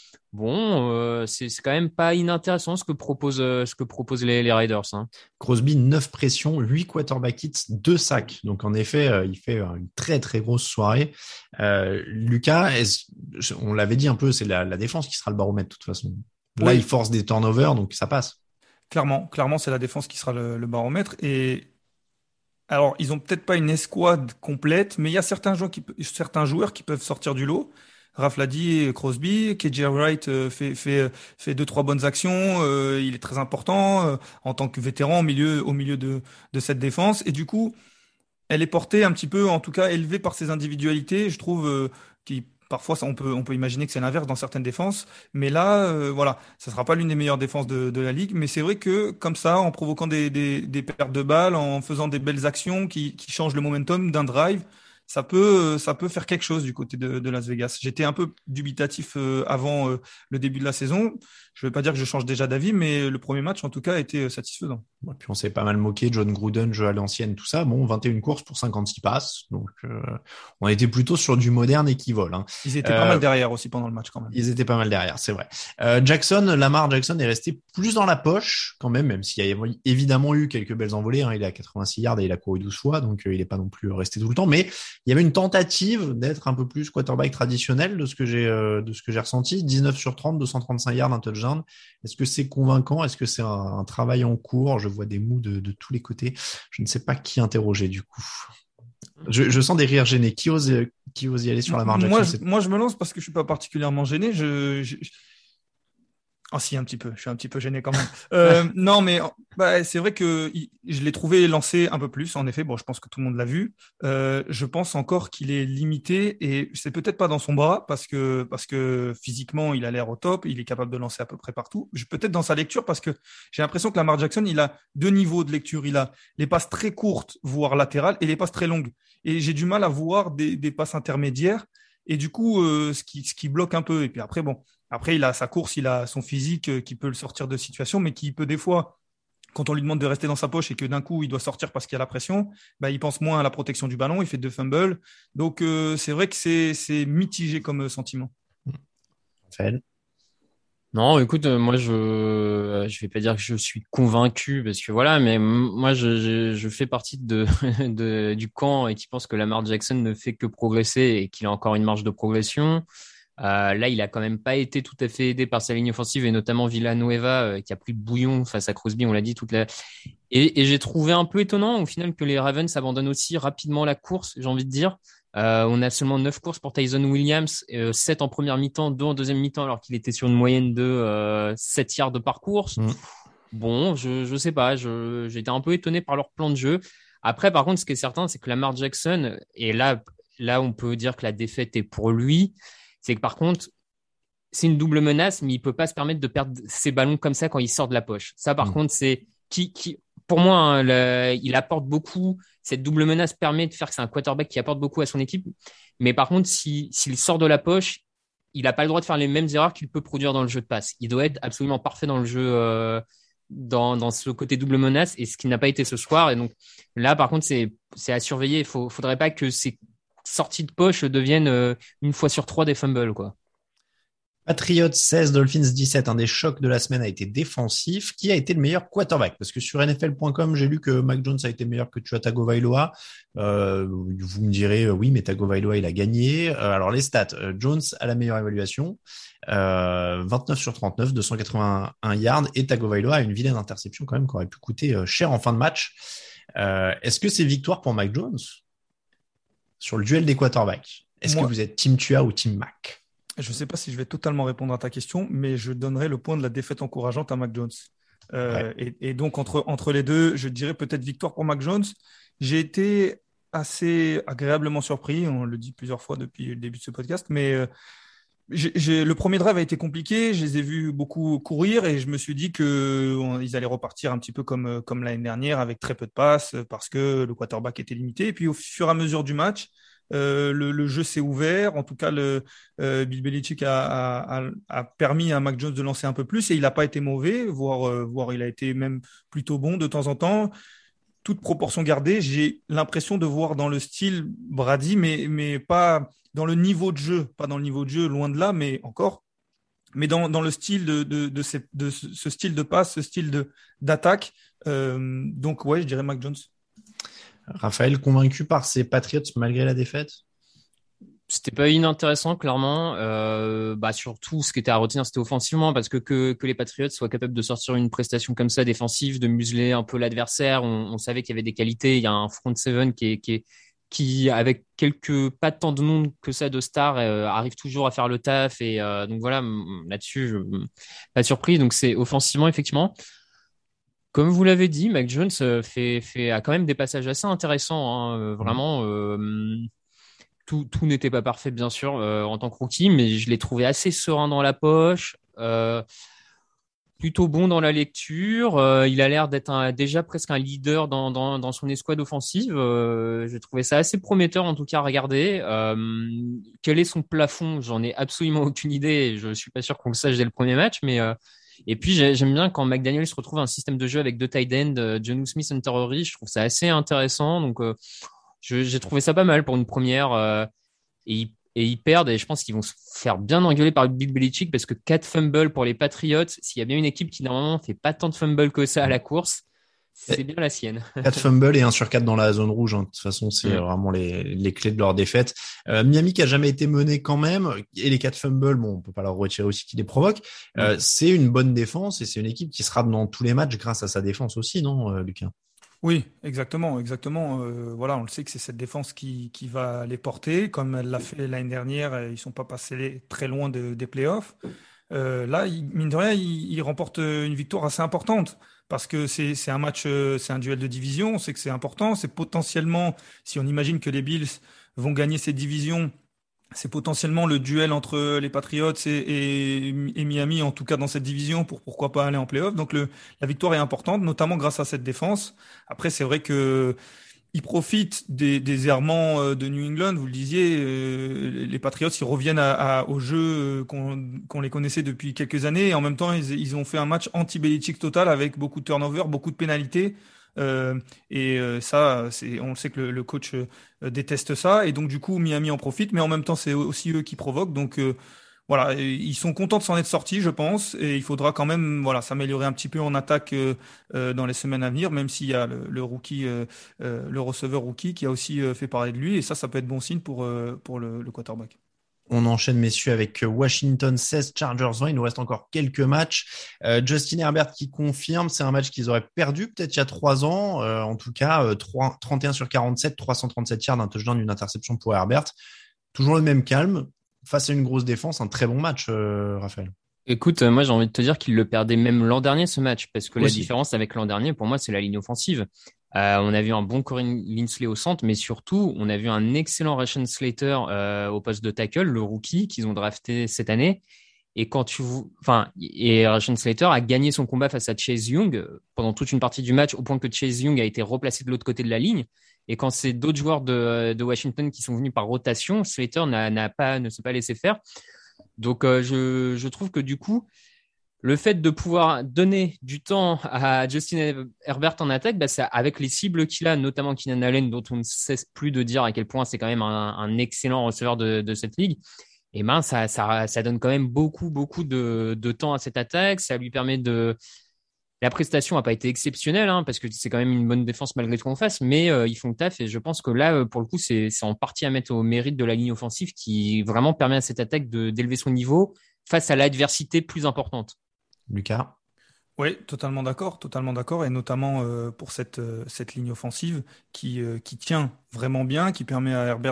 Bon, c'est quand même pas inintéressant ce que proposent les Raiders, hein. Crosby, 9 pressions, 8 quarterback hits, 2 sacs. Donc, en effet, il fait une très, très grosse soirée. Lucas, on l'avait dit un peu, c'est la défense qui sera le baromètre de toute façon. Là, il force des turnovers, donc ça passe. Clairement, c'est la défense qui sera le baromètre. Et alors, ils ont peut-être pas une escouade complète, mais il y a certains joueurs qui peuvent sortir du lot. Raph l'a dit, Crosby, KJ Wright fait 2-3 bonnes actions, il est très important en tant que vétéran au milieu de cette défense. Et du coup, elle est portée un petit peu, en tout cas élevée par ses individualités. Je trouve qui parfois on peut imaginer que c'est l'inverse dans certaines défenses, mais là, voilà, ça sera pas l'une des meilleures défenses de la ligue. Mais c'est vrai que comme ça, en provoquant des pertes de balles, en faisant des belles actions qui changent le momentum d'un drive, ça peut faire quelque chose du côté de Las Vegas. J'étais un peu dubitatif avant le début de la saison. Je ne vais pas dire que je change déjà d'avis, mais le premier match, en tout cas, a été satisfaisant. Ouais, puis on s'est pas mal moqué, John Gruden, jeu à l'ancienne, tout ça. Bon, 21 courses pour 56 passes. Donc, on était plutôt sur du moderne et qui vole, hein. Ils étaient pas mal derrière aussi pendant le match quand même. Ils étaient pas mal derrière, c'est vrai. Lamar Jackson est resté plus dans la poche quand même s'il y a évidemment eu quelques belles envolées, hein. Il est à 86 yards et il a couru 12 fois, donc il est pas non plus resté tout le temps. Mais il y avait une tentative d'être un peu plus quarterback traditionnel de ce que j'ai ressenti. 19 sur 30, 235 yards, un touchdown. Est-ce que c'est convaincant? Est-ce que c'est un travail en cours? Je vois des mous de tous les côtés. Je ne sais pas qui interroger du coup. Je sens des rires gênés. Qui ose y aller sur Lamar Jackson? Moi, je me lance parce que je suis pas particulièrement gêné. Ah si, un petit peu. Je suis un petit peu gêné quand même. Non, mais c'est vrai que je l'ai trouvé lancé un peu plus. En effet, bon, je pense que tout le monde l'a vu. Je pense encore qu'il est limité et c'est peut-être pas dans son bras parce que physiquement, il a l'air au top. Il est capable de lancer à peu près partout. Peut-être dans sa lecture parce que j'ai l'impression que Lamar Jackson, il a 2 niveaux de lecture. Il a les passes très courtes, voire latérales, et les passes très longues. Et j'ai du mal à voir des passes intermédiaires. Et du coup, ce qui bloque un peu. Et puis après, bon. Après, il a sa course, il a son physique qui peut le sortir de situation, mais qui peut des fois, quand on lui demande de rester dans sa poche et que d'un coup, il doit sortir parce qu'il y a la pression, il pense moins à la protection du ballon, il fait 2 fumbles. Donc, c'est vrai que c'est mitigé comme sentiment. Raphaël? Non, écoute, moi je vais pas dire que je suis convaincu parce que voilà, mais moi je fais partie du camp et qui pense que Lamar Jackson ne fait que progresser et qu'il a encore une marge de progression. Là, il a quand même pas été tout à fait aidé par sa ligne offensive et notamment Villanueva qui a pris bouillon face à Crosby, on l'a dit et j'ai trouvé un peu étonnant au final que les Ravens abandonnent aussi rapidement la course, j'ai envie de dire. On a seulement 9 courses pour Tyson Williams, 7 en première mi-temps, 2 en deuxième mi-temps alors qu'il était sur une moyenne de 7 yards par course. Bon, je sais pas, j'ai été un peu étonné par leur plan de jeu. Après, par contre, ce qui est certain, c'est que Lamar Jackson, et là on peut dire que la défaite est pour lui. C'est que par contre, c'est une double menace, mais il peut pas se permettre de perdre ses ballons comme ça quand il sort de la poche. Ça, par contre, c'est qui, pour moi, hein, il apporte beaucoup. Cette double menace permet de faire que c'est un quarterback qui apporte beaucoup à son équipe. Mais par contre, s'il sort de la poche, il n'a pas le droit de faire les mêmes erreurs qu'il peut produire dans le jeu de passe. Il doit être absolument parfait dans le jeu, dans ce côté double menace, et ce qui n'a pas été ce soir. Et donc là, par contre, c'est à surveiller. Faudrait pas que ces sorties de poche deviennent une fois sur 3 des fumbles, quoi. Patriots 16, Dolphins 17. Un des chocs de la semaine a été défensif. Qui a été le meilleur quarterback? Parce que sur NFL.com, j'ai lu que Mac Jones a été meilleur que Tua Tagovailoa. Vous me direz, oui, mais Tagovailoa, il a gagné. Alors, les stats. Jones a la meilleure évaluation. 29 sur 39, 281 yards. Et Tagovailoa a une vilaine interception quand même qui aurait pu coûter cher en fin de match. Est-ce que c'est victoire pour Mac Jones sur le duel des quarterbacks? Est-ce que vous êtes Team Tua ou Team Mac? Je ne sais pas si je vais totalement répondre à ta question, mais je donnerai le point de la défaite encourageante à Mac Jones. Et donc, entre les deux, je dirais peut-être victoire pour Mac Jones. J'ai été assez agréablement surpris, on le dit plusieurs fois depuis le début de ce podcast, mais le premier drive a été compliqué, je les ai vus beaucoup courir et je me suis dit qu'ils allaient repartir un petit peu comme l'année dernière avec très peu de passes parce que le quarterback était limité. Et puis, au fur et à mesure du match, le jeu s'est ouvert. En tout cas, Bill Belichick a permis à Mac Jones de lancer un peu plus et il n'a pas été mauvais, voire il a été même plutôt bon de temps en temps. Toute proportion gardée, j'ai l'impression de voir dans le style Brady, mais pas dans le niveau de jeu, pas dans le niveau de jeu, loin de là, mais encore, mais dans le style de ce style de passe, ce style d'attaque. Donc ouais, je dirais Mac Jones. Raphaël, convaincu par ces Patriots malgré la défaite? C'était pas inintéressant, clairement. Surtout, ce qui était à retenir, c'était offensivement, parce que les Patriots soient capables de sortir une prestation comme ça, défensive, de museler un peu l'adversaire. On savait qu'il y avait des qualités. Il y a un front seven qui avec pas tant de noms que ça de stars, arrive toujours à faire le taf. Et donc voilà, là-dessus, pas surpris. Donc c'est offensivement, effectivement. Comme vous l'avez dit, Mac Jones a quand même des passages assez intéressants, hein, vraiment. Tout n'était pas parfait, bien sûr, en tant que rookie, mais je l'ai trouvé assez serein dans la poche, plutôt bon dans la lecture. Il a l'air d'être déjà presque un leader dans son escouade offensive. J'ai trouvé ça assez prometteur, en tout cas, à regarder. Quel est son plafond? J'en ai absolument aucune idée. Je suis pas sûr qu'on le sache dès le premier match, mais et puis j'aime bien quand McDaniel se retrouve un système de jeu avec deux tight ends, Jonnu Smith, Hunter Henry. Je trouve ça assez intéressant. Donc j'ai trouvé ça pas mal pour une première. Et ils perdent, et je pense qu'ils vont se faire bien engueuler par Bill Belichick parce que 4 fumbles pour les Patriots, s'il y a bien une équipe qui normalement fait pas tant de fumbles que ça à la course, c'est bien la sienne. 4 fumbles et 1 sur 4 dans la zone rouge. Hein. De toute façon, c'est vraiment les clés de leur défaite. Miami qui a jamais été mené quand même, et les 4 fumbles, bon, on peut pas leur retirer aussi qui les provoque. C'est une bonne défense et c'est une équipe qui sera dans tous les matchs grâce à sa défense aussi, non, Lucas? Oui, exactement. Voilà, on le sait que c'est cette défense qui va les porter, comme elle l'a fait l'année dernière. Ils sont pas passés très loin des playoffs. Là, mine de rien, ils remportent une victoire assez importante parce que c'est un match, c'est un duel de division. On sait que c'est important. C'est potentiellement, si on imagine que les Bills vont gagner cette division, c'est potentiellement le duel entre les Patriots et Miami, en tout cas dans cette division, pour pourquoi pas aller en play-off. Donc la victoire est importante, notamment grâce à cette défense. Après, c'est vrai que ils profitent des errements de New England. Vous le disiez, les Patriots, ils reviennent au jeu qu'on les connaissait depuis quelques années. Et en même temps, ils ont fait un match anti-Belichick total avec beaucoup de turnovers, beaucoup de pénalités. Ça, on le sait que le coach déteste ça, et donc du coup Miami en profite, mais en même temps c'est aussi eux qui provoquent. Donc voilà, ils sont contents de s'en être sortis, je pense, et il faudra quand même s'améliorer un petit peu en attaque dans les semaines à venir, même s'il y a le rookie, le receveur rookie qui a aussi fait parler de lui, et ça peut être bon signe pour le quarterback. On enchaîne, messieurs, avec Washington 16, Chargers 20. Il nous reste encore quelques matchs. Justin Herbert qui confirme, c'est un match qu'ils auraient perdu peut-être il y a 3 ans. En tout cas, 31 sur 47, 337 yards, un touchdown, une interception pour Herbert. Toujours le même calme. Face à une grosse défense, un très bon match, Raphaël. Écoute, moi j'ai envie de te dire qu'il le perdait même l'an dernier, ce match, parce que la différence avec l'an dernier, pour moi, c'est la ligne offensive. On a vu un bon Corey Linsley au centre, mais surtout, on a vu un excellent Rashawn Slater au poste de tackle, le rookie qu'ils ont drafté cette année. Et Rashawn Slater a gagné son combat face à Chase Young pendant toute une partie du match, au point que Chase Young a été replacé de l'autre côté de la ligne. Et quand c'est d'autres joueurs de Washington qui sont venus par rotation, Slater ne s'est pas laissé faire. Donc, je trouve que du coup, le fait de pouvoir donner du temps à Justin Herbert en attaque, ça, avec les cibles qu'il a, notamment Keenan Allen, dont on ne cesse plus de dire à quel point c'est quand même un excellent receveur de cette ligue, et ben ça donne quand même beaucoup de temps à cette attaque. Ça lui permet de la prestation n'a pas été exceptionnelle, hein, parce que c'est quand même une bonne défense malgré tout qu'on fasse, mais ils font le taf et je pense que là, pour le coup, c'est en partie à mettre au mérite de la ligne offensive qui vraiment permet à cette attaque d'élever son niveau face à l'adversité plus importante. Lucas? Oui, totalement d'accord, et notamment pour cette ligne offensive qui tient vraiment bien, qui permet à Herbert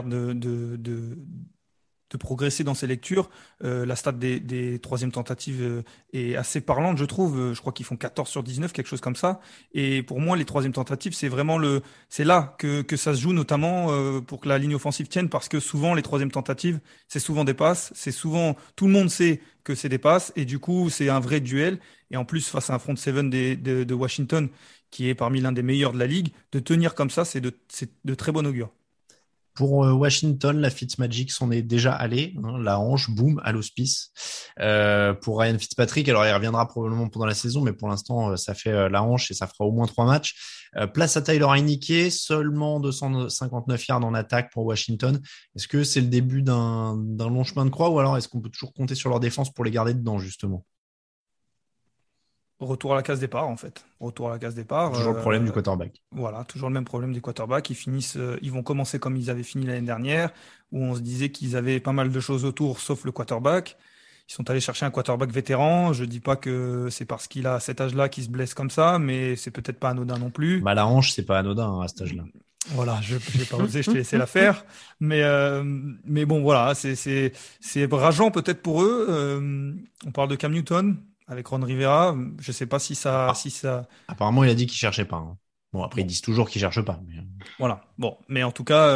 de progresser dans ses lectures. La stat des troisièmes tentatives est assez parlante, je trouve. Je crois qu'ils font 14 sur 19, quelque chose comme ça. Et pour moi, les troisièmes tentatives, c'est là que ça se joue, notamment pour que la ligne offensive tienne, parce que souvent, les troisièmes tentatives, c'est souvent des passes. C'est souvent, tout le monde sait que c'est des passes. Et du coup, c'est un vrai duel. Et en plus, face à un front seven de Washington, qui est parmi l'un des meilleurs de la ligue, de tenir comme ça, c'est de très bon augure. Pour Washington, la Fitzmagic s'en est déjà allée. Hein, la hanche, boum, à l'hospice. Pour Ryan Fitzpatrick, alors il reviendra probablement pendant la saison, mais pour l'instant, ça fait la hanche et ça fera au moins 3 matchs. Place à Tyler Heinicke, seulement 259 yards en attaque pour Washington. Est-ce que c'est le début d'un long chemin de croix ou alors est-ce qu'on peut toujours compter sur leur défense pour les garder dedans, justement? Retour à la case départ, en fait. Retour à la case départ. Toujours le problème du quarterback. Voilà, toujours le même problème des quarterbacks. Ils vont commencer comme ils avaient fini l'année dernière, où on se disait qu'ils avaient pas mal de choses autour, sauf le quarterback. Ils sont allés chercher un quarterback vétéran. Je dis pas que c'est parce qu'il a cet âge-là qu'il se blesse comme ça, mais c'est peut-être pas anodin non plus. Bah, la hanche, c'est pas anodin hein, à cet âge-là. Voilà, je vais pas osé, je t'ai laissé la faire. Mais bon, voilà, c'est rageant peut-être pour eux. On parle de Cam Newton avec Ron Rivera. Je sais pas si ça. Apparemment, il a dit qu'il cherchait pas. Hein. Bon, après, ils disent toujours qu'ils cherchent pas. Mais... Voilà. Bon, mais en tout cas,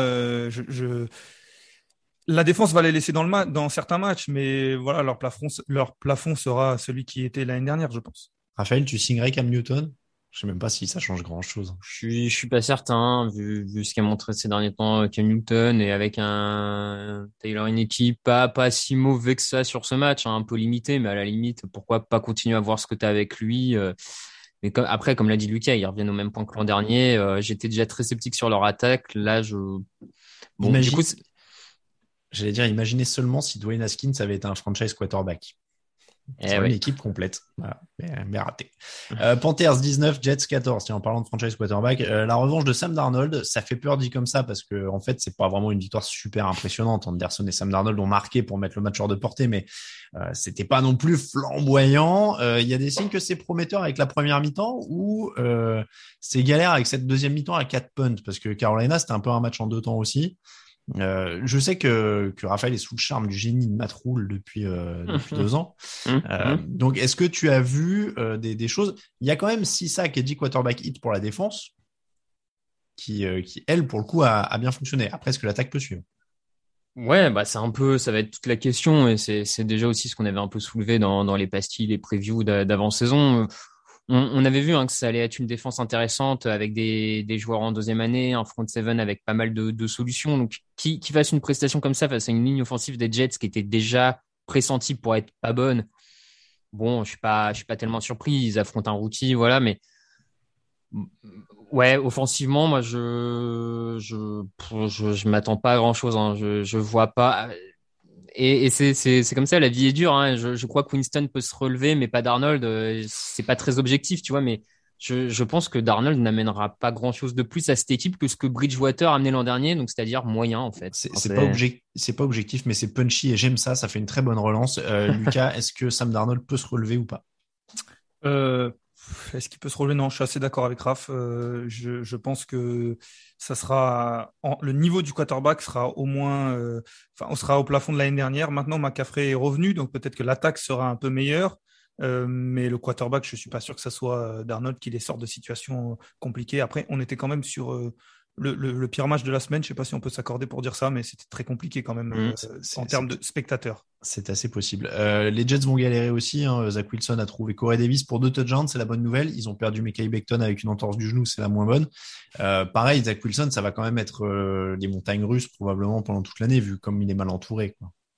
la défense va les laisser dans certains matchs, mais voilà, leur plafond sera celui qui était l'année dernière, je pense. Raphaël, tu signerais Cam Newton? Je sais même pas si ça change grand-chose. Je suis pas certain, vu ce qu'a montré ces derniers temps Cam Newton, et avec un Taylor Heinicke pas si mauvais que ça sur ce match, hein, un peu limité, mais à la limite, pourquoi pas continuer à voir ce que tu as avec lui. Mais après, comme l'a dit Lucas, ils reviennent au même point que l'an dernier. J'étais déjà très sceptique sur leur attaque. Là, du coup, j'allais dire, imaginez seulement si Dwayne Haskins avait été un franchise quarterback. C'est une équipe complète, voilà, mais raté. Panthers 19, Jets 14. Tiens, en parlant de franchise quarterback, la revanche de Sam Darnold, ça fait peur dit comme ça parce que en fait, c'est pas vraiment une victoire super impressionnante. Anderson et Sam Darnold ont marqué pour mettre le match hors de portée, mais c'était pas non plus flamboyant. Il y a des signes que c'est prometteur avec la première mi-temps ou c'est galère avec cette deuxième mi-temps à 4 punts parce que Carolina, c'était un peu un match en 2 temps aussi. Je sais que Raphaël est sous le charme du génie de Matt Rhule depuis 2 ans. Donc, est-ce que tu as vu des choses? Il y a quand même 6 sacks et 10 quarterback hits pour la défense qui elle, pour le coup, a bien fonctionné. Après, est-ce que l'attaque peut suivre? Ouais, bah ça va être toute la question et c'est déjà aussi ce qu'on avait un peu soulevé dans les pastilles, les previews d'avant-saison. On avait vu que ça allait être une défense intéressante avec des joueurs en 2e année, un front seven avec pas mal de solutions. Donc, qui fasse une prestation comme ça face à une ligne offensive des Jets qui était déjà pressentie pour être pas bonne. Bon, je suis pas tellement surpris. Ils affrontent un rookie, voilà, mais ouais, offensivement, moi, je m'attends pas à grand chose. Hein. Je vois pas. Et c'est comme ça, la vie est dure. Hein. Je crois que Winston peut se relever, mais pas Darnold. C'est pas très objectif, tu vois. Mais je pense que Darnold n'amènera pas grand-chose de plus à cette équipe que ce que Bridgewater a amené l'an dernier, donc c'est-à-dire moyen en fait. C'est pas objectif, mais c'est punchy et j'aime ça. Ça fait une très bonne relance. Lucas, est-ce que Sam Darnold peut se relever ou pas? Est-ce qu'il peut se relever? Non, je suis assez d'accord avec Raph. Je pense que ça sera le niveau du quarterback sera au moins, on sera au plafond de l'année dernière. Maintenant, McCaffrey est revenu, donc peut-être que l'attaque sera un peu meilleure. Mais le quarterback, je suis pas sûr que ça soit Darnold qui les sort de situations compliquées. Après, on était quand même sur le pire match de la semaine. Je sais pas si on peut s'accorder pour dire ça, mais c'était très compliqué quand même en termes de spectateurs. C'est assez possible. Les Jets vont galérer aussi. Hein. Zach Wilson a trouvé Corey Davis pour 2 touchdowns, c'est la bonne nouvelle. Ils ont perdu Mekhi Becton avec une entorse du genou, c'est la moins bonne. Pareil, Zach Wilson, ça va quand même être les montagnes russes probablement pendant toute l'année, vu comme il est mal entouré, quoi.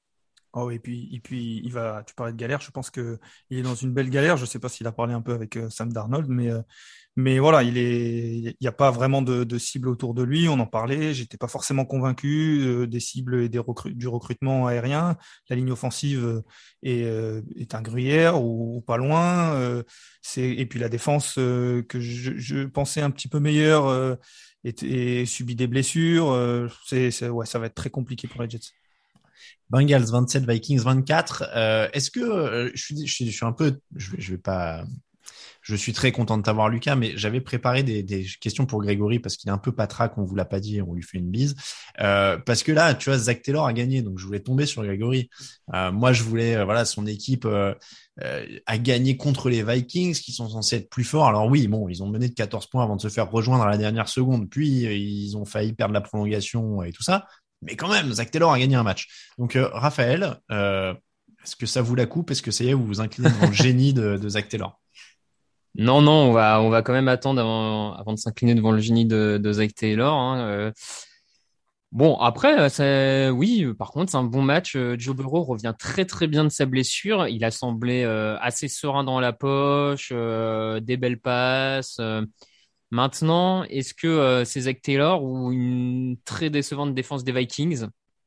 Oh, et puis, tu parlais de galère. Je pense que il est dans une belle galère. Je sais pas s'il a parlé un peu avec Sam Darnold, mais voilà, il y a pas vraiment de cible autour de lui. On en parlait. J'étais pas forcément convaincu des cibles et du recrutement aérien. La ligne offensive est un gruyère ou pas loin. Et puis la défense que je pensais un petit peu meilleure et subit des blessures. Ouais, ça va être très compliqué pour les Jets. Bengals 27, Vikings 24. Est-ce que je suis un peu, je vais pas, je suis très content de t'avoir, Lucas, mais j'avais préparé des questions pour Grégory parce qu'il est un peu patraque, on vous l'a pas dit, on lui fait une bise. Parce que là, tu vois, Zach Taylor a gagné, donc je voulais tomber sur Grégory. Moi, je voulais, voilà, son équipe a gagné contre les Vikings qui sont censés être plus forts. Alors oui, bon, ils ont mené de 14 points avant de se faire rejoindre à la dernière seconde, puis ils ont failli perdre la prolongation et tout ça. Mais quand même, Zach Taylor a gagné un match. Donc, Raphaël, est-ce que ça vous la coupe? Est-ce que ça y est, vous vous inclinez devant le génie de Zach Taylor? Non, on va quand même attendre avant de s'incliner devant le génie de Zach Taylor. Hein. Bon, après, oui, par contre, c'est un bon match. Joe Burrow revient très très bien de sa blessure. Il a semblé assez serein dans la poche, des belles passes. Maintenant, est-ce que c'est Zach Taylor ou une très décevante défense des Vikings?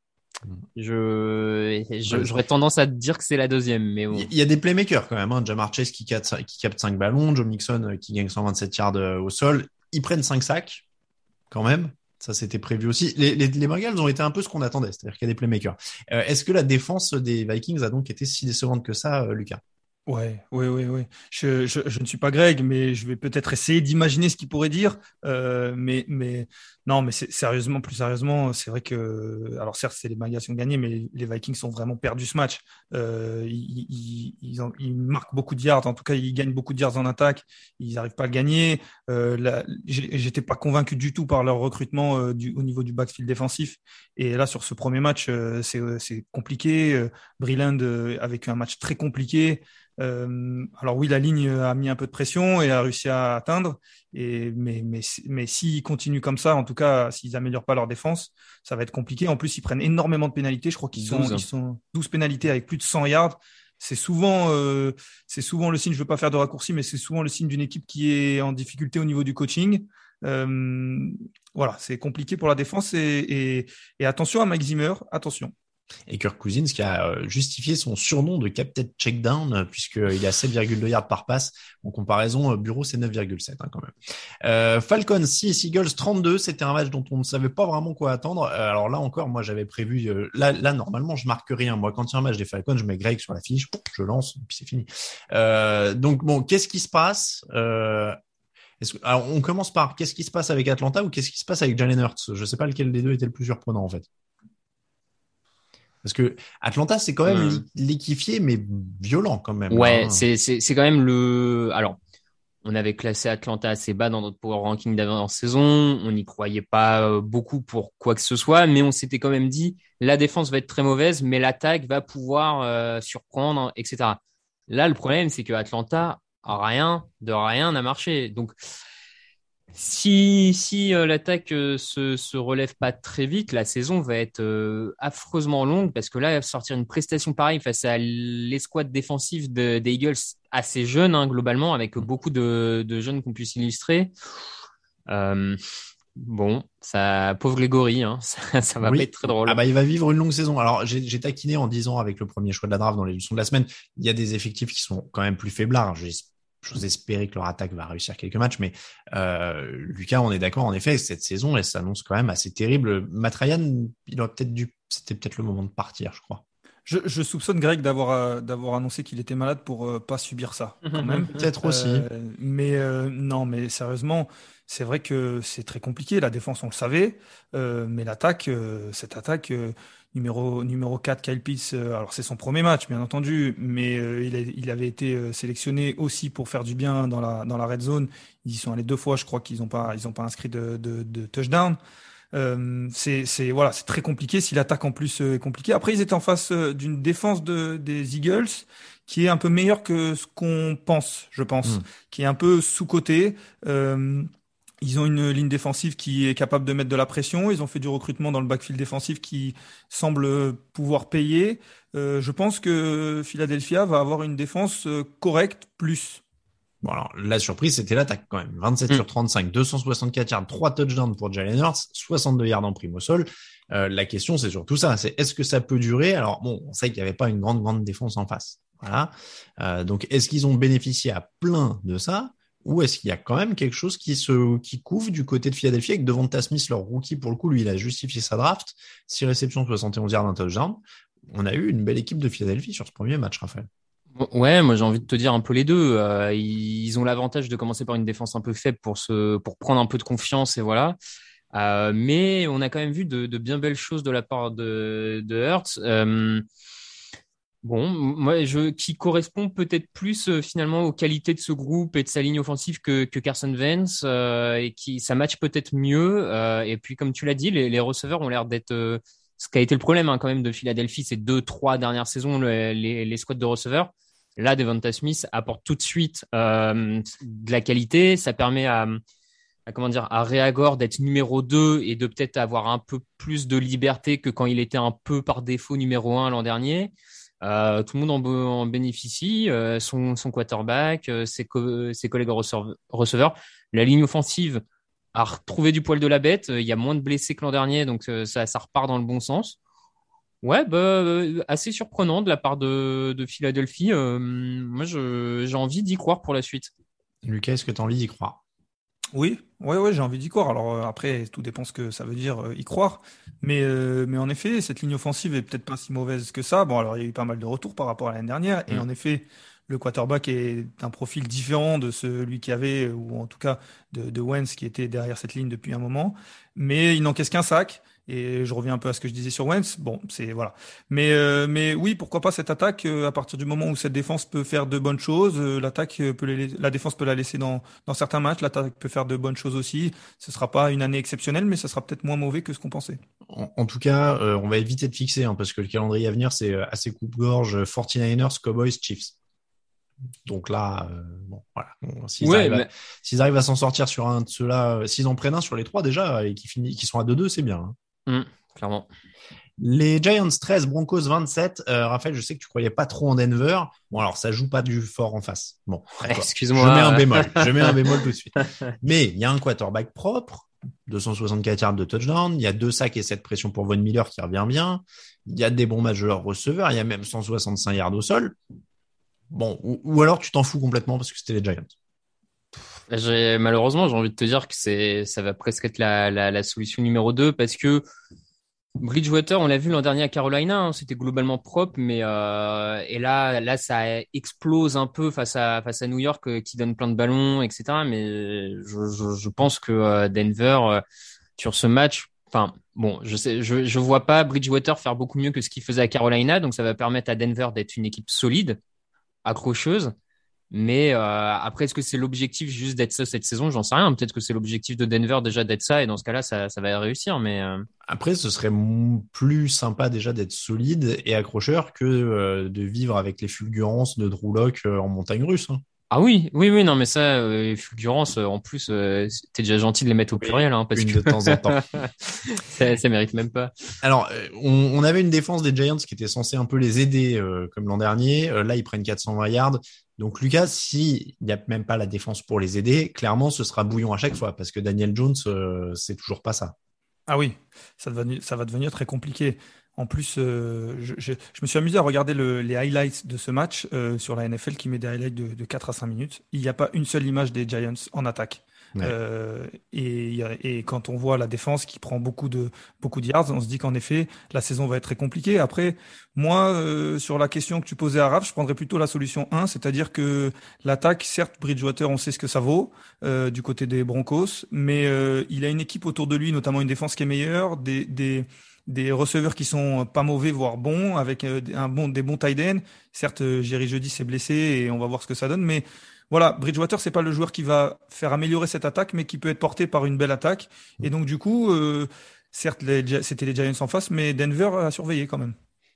J'aurais tendance à te dire que c'est la deuxième, mais bon. Il y a des playmakers quand même, hein. Jamar Chase qui capte 5 ballons, Joe Mixon qui gagne 127 yards au sol. Ils prennent 5 sacs quand même. Ça, c'était prévu aussi. Les Bengals ont été un peu ce qu'on attendait, c'est-à-dire qu'il y a des playmakers. Est-ce que la défense des Vikings a donc été si décevante que ça, Lucas? Ouais. Je ne suis pas Greg, mais je vais peut-être essayer d'imaginer ce qu'il pourrait dire. Mais non, mais sérieusement, plus sérieusement, c'est vrai que, alors certes, c'est les Bengals qui ont gagné, mais les Vikings ont vraiment perdu ce match. Ils marquent beaucoup de yards, en tout cas, ils gagnent beaucoup de yards en attaque. Ils n'arrivent pas à le gagner. J'étais pas convaincu du tout par leur recrutement au niveau du backfield défensif. Et là, sur ce premier match, c'est compliqué. Breeland avec un match très compliqué. Alors oui, la ligne a mis un peu de pression et a réussi à atteindre. Mais s'ils continuent comme ça, en tout cas, s'ils améliorent pas leur défense, ça va être compliqué. En plus, ils prennent énormément de pénalités. Je crois qu'ils sont 12 pénalités avec plus de 100 yards. C'est souvent le signe. Je veux pas faire de raccourci, mais c'est souvent le signe d'une équipe qui est en difficulté au niveau du coaching. Voilà, c'est compliqué pour la défense et attention à Mike Zimmer, attention. Et Kirk Cousins qui a justifié son surnom de Captain Checkdown puisqu'il a 7,2 yards par passe. En comparaison, Bureau, c'est 9,7 quand même. Falcons 6, Eagles 32. C'était un match dont on ne savait pas vraiment quoi attendre. Alors là encore, moi j'avais prévu... Là, normalement, je marque rien. Moi, quand il y a un match des Falcons, je mets Greg sur la fiche, je lance, et puis c'est fini. Donc bon, qu'est-ce qui se passe alors, on commence par qu'est-ce qui se passe avec Atlanta ou qu'est-ce qui se passe avec Jalen Hurts? Je sais pas lequel des deux était le plus surprenant en fait. Parce que Atlanta, c'est quand même l'équipier, mais violent quand même. Ouais, hein. C'est quand même Alors, on avait classé Atlanta assez bas dans notre power ranking d'avant-saison. On n'y croyait pas beaucoup pour quoi que ce soit, mais on s'était quand même dit la défense va être très mauvaise, mais l'attaque va pouvoir surprendre, etc. Là, le problème, c'est que Atlanta, rien n'a marché. Donc, si l'attaque se relève pas très vite, la saison va être affreusement longue parce que là, sortir une prestation pareille face à l'escouade défensive des Eagles assez jeune, hein, globalement, avec beaucoup de jeunes qu'on puisse illustrer. Bon, ça, pauvre Grégory, hein, ça va pas être très drôle. Ah bah, il va vivre une longue saison. Alors, j'ai taquiné en disant avec le premier choix de la draft dans les leçons de la semaine, il y a des effectifs qui sont quand même plus faiblards. J'ose espérer que leur attaque va réussir quelques matchs, mais Lucas, on est d'accord, en effet, cette saison, elle s'annonce quand même assez terrible. Matt Ryan, c'était peut-être le moment de partir, je crois. Je soupçonne Greg d'avoir annoncé qu'il était malade pour pas subir ça, quand même. Peut-être aussi. Non, mais sérieusement, c'est vrai que c'est très compliqué. La défense, on le savait, mais l'attaque, cette attaque. Numéro 4, Kyle Pitts, alors c'est son premier match, bien entendu, mais il avait été sélectionné aussi pour faire du bien dans la red zone. Ils y sont allés 2 fois, je crois qu'ils ont pas inscrit de touchdown. C'est très compliqué si l'attaque en plus est compliquée. Après, ils étaient en face d'une défense des Eagles qui est un peu meilleure que ce qu'on pense, je pense, qui est un peu sous-cotée. Ils ont une ligne défensive qui est capable de mettre de la pression. Ils ont fait du recrutement dans le backfield défensif qui semble pouvoir payer. Je pense que Philadelphia va avoir une défense correcte plus. Bon, alors, la surprise, c'était l'attaque quand même. 27 sur 35, 264 yards, 3 touchdowns pour Jalen Hurts, 62 yards en prime au sol. La question, c'est surtout ça. C'est est-ce que ça peut durer? Alors, bon, on sait qu'il n'y avait pas une grande défense en face. Voilà. Donc, est-ce qu'ils ont bénéficié à plein de ça? Ou est-ce qu'il y a quand même quelque chose qui couvre du côté de Philadelphie avec Devonta Smith, leur rookie, pour le coup, lui, il a justifié sa draft. 6 réceptions, 71 yards, un touchdown. On a eu une belle équipe de Philadelphie sur ce premier match, Raphaël. Ouais, moi j'ai envie de te dire un peu les deux. Ils ont l'avantage de commencer par une défense un peu faible pour prendre un peu de confiance et voilà. Mais on a quand même vu de bien belles choses de la part de Hurts. Bon, moi qui correspond peut-être plus finalement aux qualités de ce groupe et de sa ligne offensive que Carson Wentz et qui ça match peut-être mieux. Et puis comme tu l'as dit, les receveurs ont l'air d'être ce qui a été le problème quand même de Philadelphie ces 2-3 dernières saisons, les squads de receveurs. Là, Devonta Smith apporte tout de suite de la qualité. Ça permet à Ray Agor d'être numéro 2 et de peut-être avoir un peu plus de liberté que quand il était un peu par défaut numéro 1 l'an dernier. Tout le monde en bénéficie. Son quarterback, ses collègues receveurs. La ligne offensive a retrouvé du poil de la bête. Il y a moins de blessés que l'an dernier, donc ça repart dans le bon sens. Ouais, assez surprenant de la part de Philadelphie. Moi, j'ai envie d'y croire pour la suite. Lucas, est-ce que tu as envie d'y croire? Oui, j'ai envie d'y croire. Alors après, tout dépend ce que ça veut dire y croire. Mais en effet, cette ligne offensive est peut-être pas si mauvaise que ça. Bon, alors il y a eu pas mal de retours par rapport à l'année dernière. Et en effet, le quarterback est d'un profil différent de celui qu'il y avait, ou en tout cas de Wentz qui était derrière cette ligne depuis un moment. Mais il n'encaisse qu'un sac. Et je reviens un peu à ce que je disais sur Wentz. Bon, c'est voilà. Mais oui, pourquoi pas cette attaque à partir du moment où cette défense peut faire de bonnes choses. La défense peut la laisser dans certains matchs. L'attaque peut faire de bonnes choses aussi. Ce sera pas une année exceptionnelle, mais ça sera peut-être moins mauvais que ce qu'on pensait. En tout cas, on va éviter de fixer parce que le calendrier à venir c'est assez coupe-gorge. 49ers, Cowboys, Chiefs. Donc là, voilà. S'ils arrivent à s'en sortir sur un de ceux-là, s'ils en prennent un sur les 3 déjà et qui sont à 2-2, c'est bien. Clairement. Les Giants 13, Broncos 27. Raphaël, je sais que tu croyais pas trop en Denver. Bon, alors ça joue pas du fort en face. Bon, excuse-moi. Je mets un bémol tout de suite. Mais il y a un quarterback propre, 264 yards de touchdown. Il y a 2 sacs et 7 pressions pour Von Miller qui revient bien. Il y a des bons matchs de leurs receveurs. Il y a même 165 yards au sol. Bon, ou alors tu t'en fous complètement parce que c'était les Giants. Malheureusement, j'ai envie de te dire que ça va presque être la solution numéro 2 parce que Bridgewater, on l'a vu l'an dernier à Carolina, c'était globalement propre, mais et là ça explose un peu face à New York qui donne plein de ballons, etc. Mais je pense que Denver sur ce match, enfin bon, je vois pas Bridgewater faire beaucoup mieux que ce qu'il faisait à Carolina, donc ça va permettre à Denver d'être une équipe solide, accrocheuse. Mais après, est-ce que c'est l'objectif juste d'être ça cette saison? J'en sais rien. Peut-être que c'est l'objectif de Denver déjà d'être ça, et dans ce cas-là, ça va réussir. Mais après, ce serait plus sympa déjà d'être solide et accrocheur que de vivre avec les fulgurances de Drew Lock en montagne russe. Ah oui, non, mais ça, fulgurance, en plus, t'es déjà gentil de les mettre au pluriel, parce une que de temps en temps. ça mérite même pas. Alors, on avait une défense des Giants qui était censée un peu les aider, comme l'an dernier. Là, ils prennent 420 yards. Donc, Lucas, s'il n'y a même pas la défense pour les aider, clairement, ce sera bouillon à chaque fois parce que Daniel Jones, c'est toujours pas ça. Ah oui, ça va devenir très compliqué. En plus, je me suis amusé à regarder les highlights de ce match sur la NFL qui met des highlights de 4 à 5 minutes. Il n'y a pas une seule image des Giants en attaque. Ouais. Et quand on voit la défense qui prend beaucoup de yards, on se dit qu'en effet, la saison va être très compliquée. Après, moi, sur la question que tu posais à Raph, je prendrais plutôt la solution 1, c'est-à-dire que l'attaque, certes, Bridgewater, on sait ce que ça vaut du côté des Broncos, mais il a une équipe autour de lui, notamment une défense qui est meilleure, des receveurs qui sont pas mauvais, voire bons, avec des bons tight ends. Certes, Jerry Jeudy s'est blessé et on va voir ce que ça donne, mais voilà, Bridgewater, c'est pas le joueur qui va faire améliorer cette attaque, mais qui peut être porté par une belle attaque. Et donc, du coup, certes, c'était les Giants en face, mais Denver a surveillé quand même.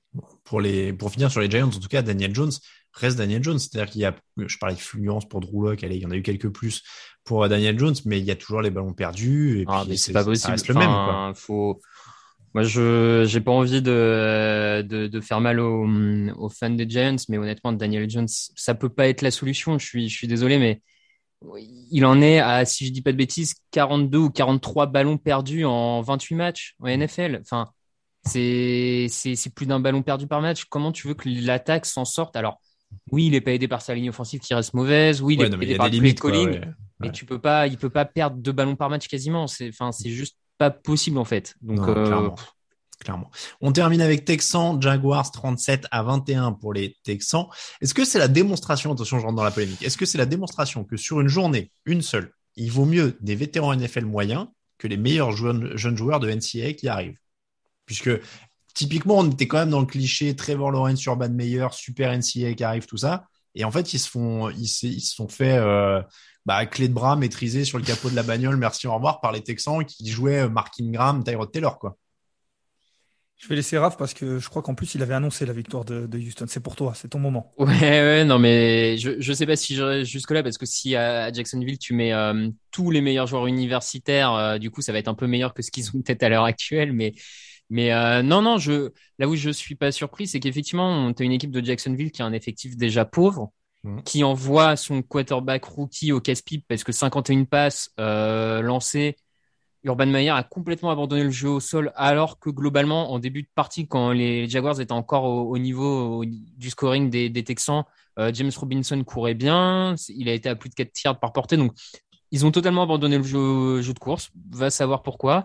Pour finir sur les Giants, en tout cas, Daniel Jones reste Daniel Jones. C'est-à-dire qu'il y a, je parlais de fulgurance pour Drew Lock, allez, il y en a eu quelques plus pour Daniel Jones, mais il y a toujours les ballons perdus. Et puis mais c'est pas possible. Ça reste le même, quoi. Moi, j'ai pas envie de faire mal aux fans des Giants, mais honnêtement, Daniel Jones, ça peut pas être la solution. Je suis désolé, mais il en est à, si je dis pas de bêtises, 42 ou 43 ballons perdus en 28 matchs en NFL. Enfin, c'est plus d'un ballon perdu par match. Comment tu veux que l'attaque s'en sorte? Alors, oui, il est pas aidé par sa ligne offensive qui reste mauvaise. Oui, il est aidé par le play calling. Mais il peut pas perdre 2 ballons par match quasiment. C'est juste pas possible en fait. Donc, clairement. On termine avec Texans, Jaguars 37-21 pour les Texans. Est-ce que c'est la démonstration, attention, je rentre dans la polémique, est-ce que c'est la démonstration que sur une journée, une seule, il vaut mieux des vétérans NFL moyens que les meilleurs jeunes joueurs de NCAA qui arrivent? Puisque typiquement, on était quand même dans le cliché Trevor Lawrence, Urban Meyer, super NCAA qui arrive, tout ça. Et en fait, ils se sont fait clé de bras maîtrisée sur le capot de la bagnole, merci, au revoir, par les Texans qui jouaient Mark Ingram, Tyrod Taylor, quoi. Je vais laisser Raph parce que je crois qu'en plus, il avait annoncé la victoire de Houston. C'est pour toi, c'est ton moment. Ouais, non, mais je sais pas si j'irai jusque-là parce que si à Jacksonville, tu mets tous les meilleurs joueurs universitaires, du coup, ça va être un peu meilleur que ce qu'ils ont peut-être à l'heure actuelle. Mais non, là où je suis pas surpris, c'est qu'effectivement, tu as une équipe de Jacksonville qui a un effectif déjà pauvre, qui envoie son quarterback rookie au casse-pipe parce que 51 passes lancées. Urban Meyer a complètement abandonné le jeu au sol, alors que globalement, en début de partie, quand les Jaguars étaient encore au niveau du scoring des Texans, James Robinson courait bien, il a été à plus de 4 yards par portée, donc ils ont totalement abandonné le jeu de course, va savoir pourquoi.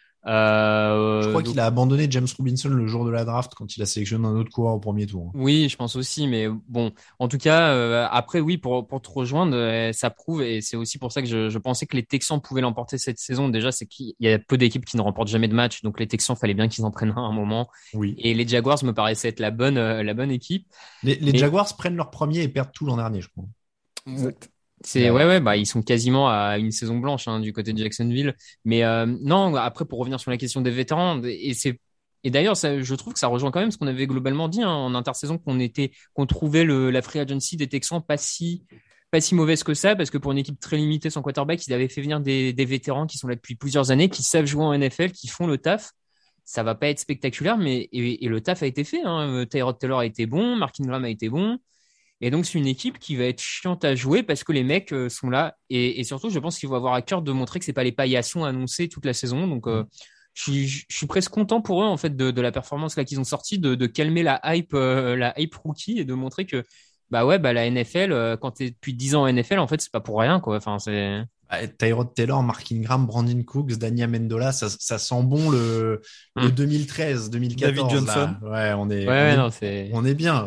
Je crois qu'il a abandonné James Robinson le jour de la draft quand il a sélectionné un autre coureur au premier tour. Oui, je pense aussi, mais bon, en tout cas, après, oui, pour te rejoindre, ça prouve, et c'est aussi pour ça que je pensais que les Texans pouvaient l'emporter cette saison. Déjà, c'est qu'il y a peu d'équipes qui ne remportent jamais de match, donc les Texans, fallait bien qu'ils en prennent un moment. Oui. Et les Jaguars me paraissaient être la bonne équipe. Les Jaguars prennent leur premier et perdent tout l'an dernier, je crois. Exact. Ils sont quasiment à une saison blanche du côté de Jacksonville. Mais non, après pour revenir sur la question des vétérans, et d'ailleurs je trouve que ça rejoint quand même ce qu'on avait globalement dit en intersaison qu'on trouvait la free agency des Texans pas si mauvaise que ça, parce que pour une équipe très limitée sans quarterback, ils avaient fait venir des vétérans qui sont là depuis plusieurs années, qui savent jouer en NFL, qui font le taf. Ça va pas être spectaculaire, mais et le taf a été fait. Tyrod Taylor a été bon, Mark Ingram a été bon. Et donc, c'est une équipe qui va être chiante à jouer parce que les mecs sont là. Et surtout, je pense qu'ils vont avoir à cœur de montrer que c'est pas les paillassons annoncés toute la saison. Donc, je suis presque content pour eux, en fait, de la performance là qu'ils ont sorti, de calmer la hype rookie et de montrer que, la NFL, quand t'es depuis 10 ans en NFL, en fait, c'est pas pour rien, quoi. Enfin, c'est... Tyrod Taylor, Mark Ingram, Brandon Cooks, Dani Amendola, ça sent bon le 2013, 2014. David Johnson. Là. On est bien.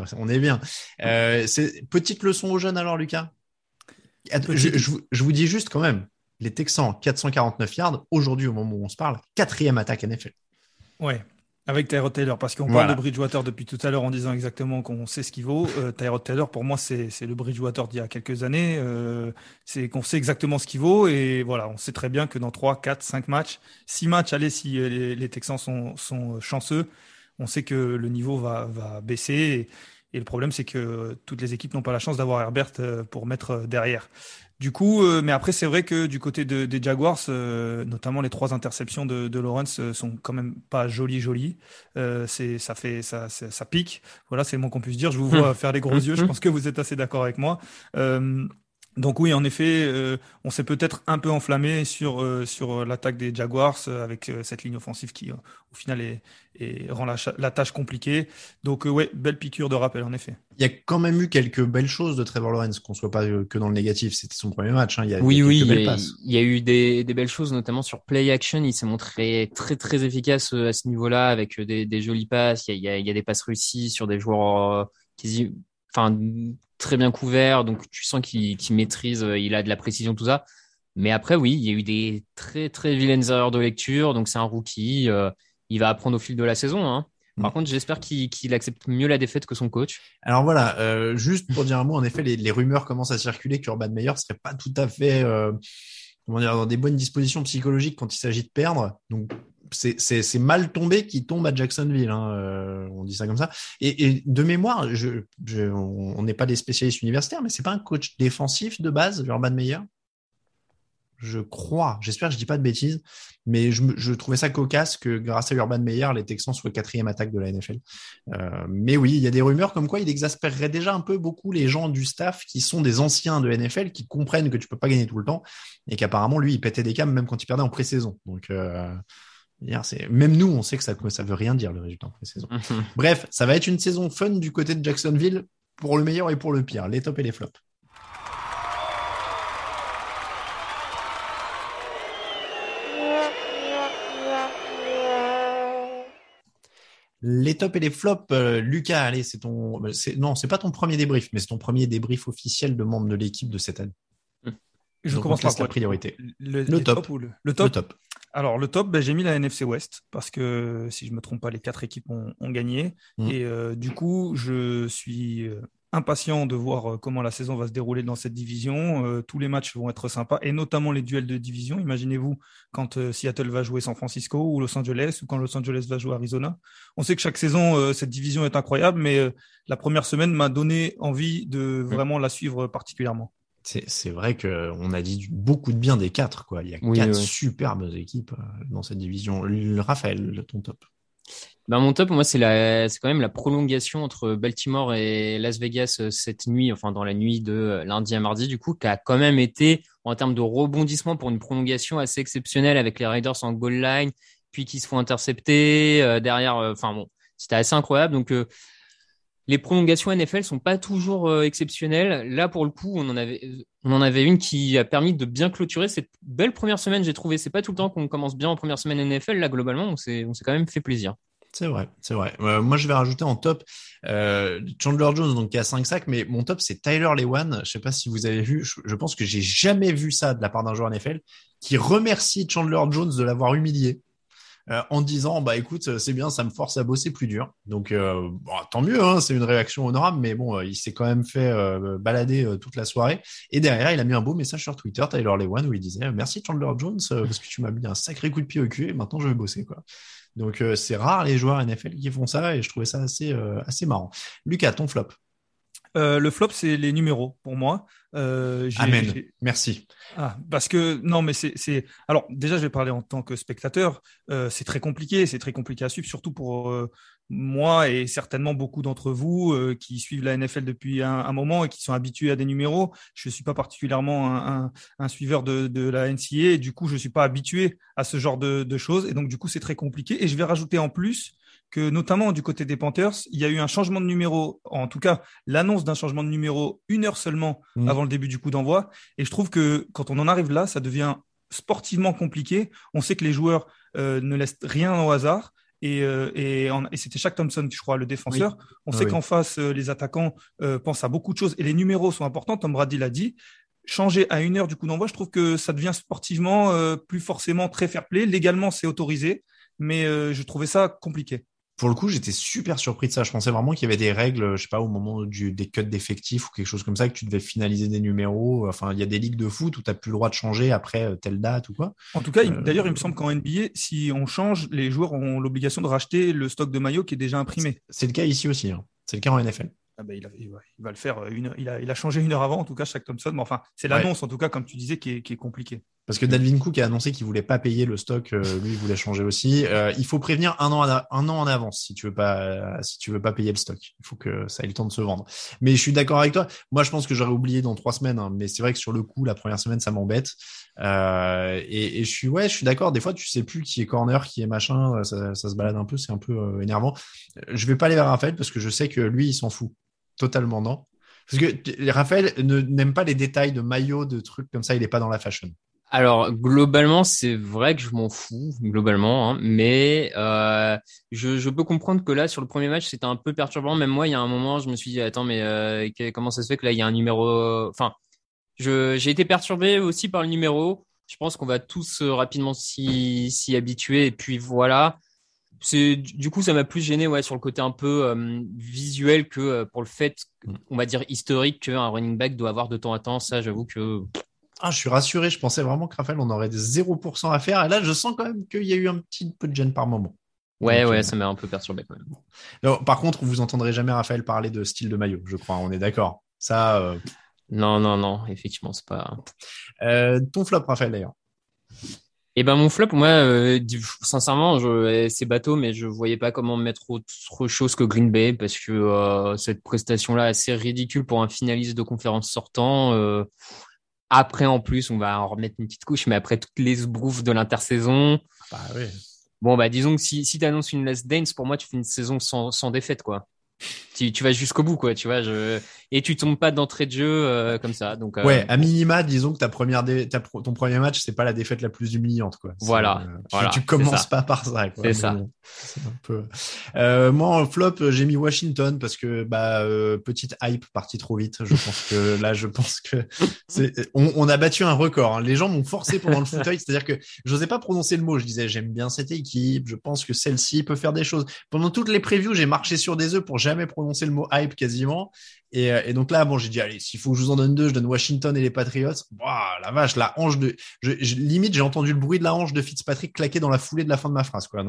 C'est petite leçon aux jeunes alors, Lucas. Je vous dis juste quand même, les Texans, 449 yards, aujourd'hui au moment où on se parle, 4e attaque NFL. Ouais. Avec Tyrod Taylor, parce qu'on parle de Bridgewater depuis tout à l'heure en disant exactement qu'on sait ce qu'il vaut. Tyrod Taylor, pour moi, c'est le Bridgewater d'il y a quelques années. C'est qu'on sait exactement ce qu'il vaut. Et voilà, on sait très bien que dans 3, 4, 5 matchs, 6 matchs, allez, si les Texans sont chanceux, on sait que le niveau va baisser. Et le problème, c'est que toutes les équipes n'ont pas la chance d'avoir Herbert pour mettre derrière. Du coup, mais après, c'est vrai que du côté des Jaguars, notamment les 3 interceptions de Lawrence sont quand même pas jolies. Ça pique. Voilà, c'est le moins qu'on puisse dire. Je vous vois faire les gros yeux. Je pense que vous êtes assez d'accord avec moi. Donc oui, en effet, on s'est peut-être un peu enflammé sur l'attaque des Jaguars avec cette ligne offensive qui, au final, rend la tâche compliquée. Donc belle piqûre de rappel, en effet. Il y a quand même eu quelques belles choses de Trevor Lawrence, qu'on soit pas que dans le négatif. C'était son premier match. Il y a quelques passes. Il y a eu des belles choses, notamment sur play action. Il s'est montré très très efficace à ce niveau-là avec des jolies passes. Il y a des passes réussies sur des joueurs très bien couverts. Donc tu sens qu'il maîtrise, il a de la précision, tout ça. Mais après, oui, il y a eu des très très vilaines erreurs de lecture. Donc c'est un rookie. Il va apprendre au fil de la saison. Par contre, j'espère qu'il accepte mieux la défaite que son coach. Alors voilà, juste pour dire un mot, en effet, les rumeurs commencent à circuler qu'Urban Meyer serait pas tout à fait, dans des bonnes dispositions psychologiques quand il s'agit de perdre. Donc, c'est mal tombé qu'il tombe à Jacksonville. Hein, on dit ça comme ça. Et de mémoire, on n'est pas des spécialistes universitaires, mais c'est pas un coach défensif de base, Urban Meyer. Je crois, j'espère que je dis pas de bêtises, mais je trouvais ça cocasse que grâce à Urban Meyer, les Texans soient 4e attaque de la NFL. Mais oui, il y a des rumeurs comme quoi il exaspérerait déjà un peu beaucoup les gens du staff qui sont des anciens de NFL, qui comprennent que tu peux pas gagner tout le temps, et qu'apparemment lui, il pétait des câbles même quand il perdait en pré-saison. Donc même nous, on sait que ça veut rien dire le résultat en pré-saison. Bref, ça va être une saison fun du côté de Jacksonville pour le meilleur et pour le pire, les tops et les flops. Les tops et les flops, Lucas, allez, c'est pas ton premier débrief, mais c'est ton premier débrief officiel de membre de l'équipe de cette année. Je commence par la priorité. Le top ou le top. Alors, le top, j'ai mis la NFC West parce que, si je me trompe pas, les 4 équipes ont gagné. Et du coup, je suis impatient de voir comment la saison va se dérouler dans cette division. Tous les matchs vont être sympas, et notamment les duels de division. Imaginez-vous quand Seattle va jouer San Francisco ou Los Angeles, ou quand Los Angeles va jouer Arizona. On sait que chaque saison, cette division est incroyable, mais la première semaine m'a donné envie de vraiment la suivre particulièrement. C'est vrai qu'on a dit beaucoup de bien des 4, quoi. Il y a 4 superbes équipes dans cette division. Raphaël, ton top? Mon top, moi, c'est quand même la prolongation entre Baltimore et Las Vegas cette nuit, enfin dans la nuit de lundi à mardi, du coup, qui a quand même été, en termes de rebondissement, pour une prolongation assez exceptionnelle, avec les Raiders en goal line, puis qui se font intercepter derrière. C'était assez incroyable. Donc les prolongations NFL sont pas toujours exceptionnelles. Là, pour le coup, on en avait une qui a permis de bien clôturer cette belle première semaine, j'ai trouvé. C'est pas tout le temps qu'on commence bien en première semaine NFL. Là, globalement, on s'est quand même fait plaisir. C'est vrai. Moi, je vais rajouter en top Chandler Jones, donc qui a 5 sacs, mais mon top, c'est Tyler Lewan. Je sais pas si vous avez vu, je pense que j'ai jamais vu ça de la part d'un joueur NFL qui remercie Chandler Jones de l'avoir humilié. En disant écoute, c'est bien, ça me force à bosser plus dur. Donc tant mieux, hein, c'est une réaction honorable, mais bon, il s'est quand même fait balader toute la soirée. Et derrière, il a mis un beau message sur Twitter, Tyler Lewan, où il disait merci Chandler Jones parce que tu m'as mis un sacré coup de pied au cul et maintenant je vais bosser, quoi. Donc c'est rare les joueurs NFL qui font ça, et je trouvais ça assez marrant. Lucas, ton flop? Le flop, c'est les numéros pour moi. Amen. Merci. Parce que non, mais c'est. Alors déjà, je vais parler en tant que spectateur. C'est très compliqué à suivre, surtout pour moi et certainement beaucoup d'entre vous qui suivent la NFL depuis un moment et qui sont habitués à des numéros. Je suis pas particulièrement un suiveur de la NCAA, et du coup, je suis pas habitué à ce genre de choses, et donc du coup, c'est très compliqué. Et je vais rajouter en plus que, notamment du côté des Panthers, il y a eu un changement de numéro, en tout cas l'annonce d'un changement de numéro 1 heure seulement avant le début du coup d'envoi. Et je trouve que quand on en arrive là, ça devient sportivement compliqué. On sait que les joueurs ne laissent rien au hasard. Et c'était Shaq Thompson, je crois, le défenseur. Oui. On sait qu'en face, les attaquants pensent à beaucoup de choses, et les numéros sont importants. Tom Brady l'a dit. Changer à 1 heure du coup d'envoi, je trouve que ça devient sportivement plus forcément très fair-play. Légalement, c'est autorisé, mais je trouvais ça compliqué. Pour le coup, j'étais super surpris de ça. Je pensais vraiment qu'il y avait des règles, je sais pas, au moment des cuts d'effectifs ou quelque chose comme ça, que tu devais finaliser des numéros. Enfin, il y a des ligues de foot où tu n'as plus le droit de changer après telle date ou quoi. En tout cas, d'ailleurs, il me semble qu'en NBA, si on change, les joueurs ont l'obligation de racheter le stock de maillots qui est déjà imprimé. C'est le cas ici aussi, hein. C'est le cas en NFL. Il va le faire. Il a changé 1 heure avant, en tout cas, Shaq Thompson. Mais enfin, c'est l'annonce, en tout cas, comme tu disais, qui est compliquée. Parce que Dalvin Cook a annoncé qu'il voulait pas payer le stock, lui il voulait changer aussi. Il faut prévenir un an en avance si tu veux pas payer le stock. Il faut que ça ait le temps de se vendre. Mais je suis d'accord avec toi. Moi je pense que j'aurais oublié dans 3 semaines, hein, mais c'est vrai que sur le coup la première semaine ça m'embête. Et je suis d'accord. Des fois tu sais plus qui est corner, qui est machin, ça se balade un peu, c'est un peu énervant. Je vais pas aller vers Raphaël parce que je sais que lui il s'en fout totalement, non? Parce que Raphaël n'aime pas les détails de maillots, de trucs comme ça, il est pas dans la fashion. Alors, globalement, c'est vrai que je m'en fous, globalement, hein, mais je peux comprendre que là, sur le premier match, c'était un peu perturbant. Même moi, il y a un moment, je me suis dit, attends, mais comment ça se fait que là, il y a un numéro... Enfin, j'ai été perturbé aussi par le numéro. Je pense qu'on va tous rapidement s'y habituer. Et puis, voilà. Du coup, ça m'a plus gêné sur le côté un peu visuel que pour le fait, on va dire, historique qu'un running back doit avoir de temps à temps. Ça, j'avoue que... Ah, je suis rassuré. Je pensais vraiment que Raphaël, on aurait des 0% à faire. Et là, je sens quand même qu'il y a eu un petit peu de gêne par moment. Ouais, ça m'a un peu perturbé quand même. Non, par contre, vous entendrez jamais Raphaël parler de style de maillot, je crois. On est d'accord. Ça. Non. Effectivement, c'est pas. Ton flop, Raphaël, d'ailleurs. Eh ben mon flop, moi, sincèrement, c'est bateau, mais je voyais pas comment mettre autre chose que Green Bay parce que cette prestation-là est assez ridicule pour un finaliste de conférence sortant. Après, en plus, on va en remettre une petite couche, mais après toutes les sbrouffes de l'intersaison. Bah oui. Bon, bah disons que si tu annonces une last dance, pour moi, tu fais une saison sans défaite, quoi. Tu vas jusqu'au bout, quoi, tu vois. Et tu tombes pas d'entrée de jeu comme ça. Donc, ouais, à minima, disons que ton premier match, c'est pas la défaite la plus humiliante, quoi. Voilà. Tu commences pas par ça, quoi. C'est ça. Bon, c'est un peu. Moi, en flop, j'ai mis Washington parce que petite hype partie trop vite. Je pense que on a battu un record. Hein. Les gens m'ont forcé pendant le fauteuil, c'est-à-dire que j'osais pas prononcer le mot. Je disais j'aime bien cette équipe. Je pense que celle-ci peut faire des choses. Pendant toutes les previews, j'ai marché sur des œufs pour jamais prononcer le mot hype quasiment. Et donc là, bon, j'ai dit, allez, s'il faut que je vous en donne deux, je donne Washington et les Patriots. Waouh, la vache, la hanche limite, j'ai entendu le bruit de la hanche de Fitzpatrick claquer dans la foulée de la fin de ma phrase, quoi.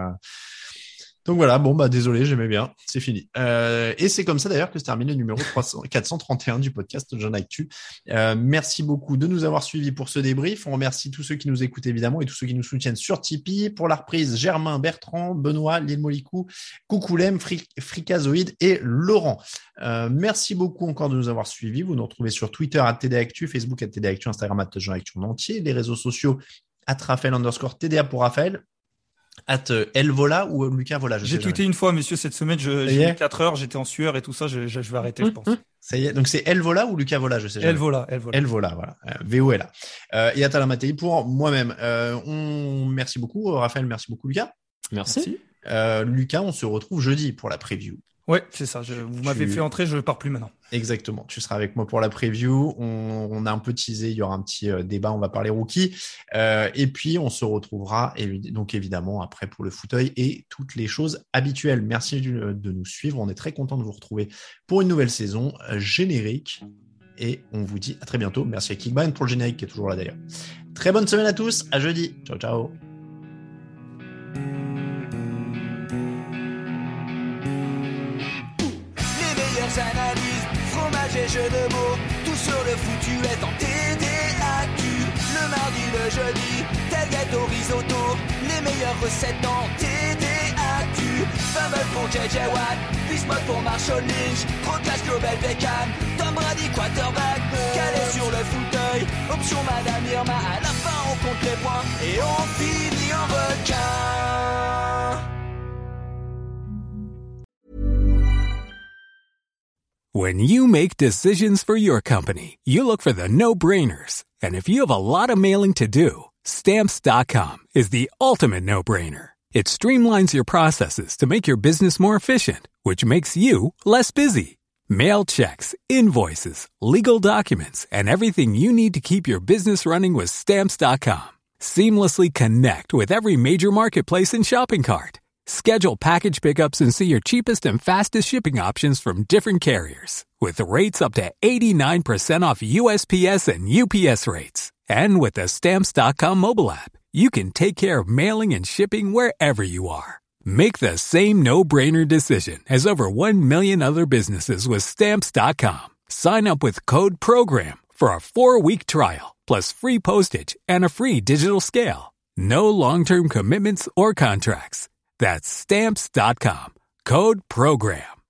Donc voilà, bon, désolé, j'aimais bien, c'est fini. Et c'est comme ça d'ailleurs que se termine le numéro 431 du podcast Jeune Actu. Merci beaucoup de nous avoir suivis pour ce débrief. On remercie tous ceux qui nous écoutent évidemment et tous ceux qui nous soutiennent sur Tipeee. Pour la reprise, Germain, Bertrand, Benoît, Lille Molicou, Coucoulem, Fricazoïde et Laurent. Merci beaucoup encore de nous avoir suivis. Vous nous retrouvez sur Twitter @TDActu, Facebook @TDActu, Instagram @JeunActu en entier, les réseaux sociaux @Raphaël_TDA pour Raphaël. @Elvola ou Lucas Vola. J'ai tweeté une fois, monsieur, cette semaine, j'ai mis 4 heures, j'étais en sueur et tout ça, je vais arrêter, je pense. Ça y est, donc c'est Elvola ou Lucas Vola, je sais jamais. Elvola, voilà. VOLA. Et Atala Mattei pour moi-même. Merci beaucoup, Raphaël, merci beaucoup, Lucas. Merci. Lucas, on se retrouve jeudi pour la preview. Ouais, c'est ça. Vous m'avez fait entrer, je pars plus maintenant. Exactement. Tu seras avec moi pour la preview. On a un peu teasé. Il y aura un petit débat. On va parler rookie. Et puis, on se retrouvera donc évidemment après pour le fauteuil et toutes les choses habituelles. Merci de nous suivre. On est très content de vous retrouver pour une nouvelle saison générique. Et on vous dit à très bientôt. Merci à Kickband pour le générique qui est toujours là d'ailleurs. Très bonne semaine à tous. À jeudi. Ciao, ciao. Analyse, fromage et jeux de mots, tout sur le foutu est en TDAQ. Le mardi, le jeudi, tailgate au risotto, les meilleures recettes en TDAQ. Fumble pour JJ Watt, Bismuth pour Marshall Lynch, Proclash Global Beckham, Tom Brady quarterback, calé sur le fauteuil, option Madame Irma, à la fin on compte les points et on finit en requin. When you make decisions for your company, you look for the no-brainers. And if you have a lot of mailing to do, Stamps.com is the ultimate no-brainer. It streamlines your processes to make your business more efficient, which makes you less busy. Mail checks, invoices, legal documents, and everything you need to keep your business running with Stamps.com. Seamlessly connect with every major marketplace and shopping cart. Schedule package pickups and see your cheapest and fastest shipping options from different carriers. With rates up to 89% off USPS and UPS rates. And with the Stamps.com mobile app, you can take care of mailing and shipping wherever you are. Make the same no-brainer decision as over 1 million other businesses with Stamps.com. Sign up with code PROGRAM for a 4-week trial, plus free postage and a free digital scale. No long-term commitments or contracts. That's Stamps.com. Code PROGRAM.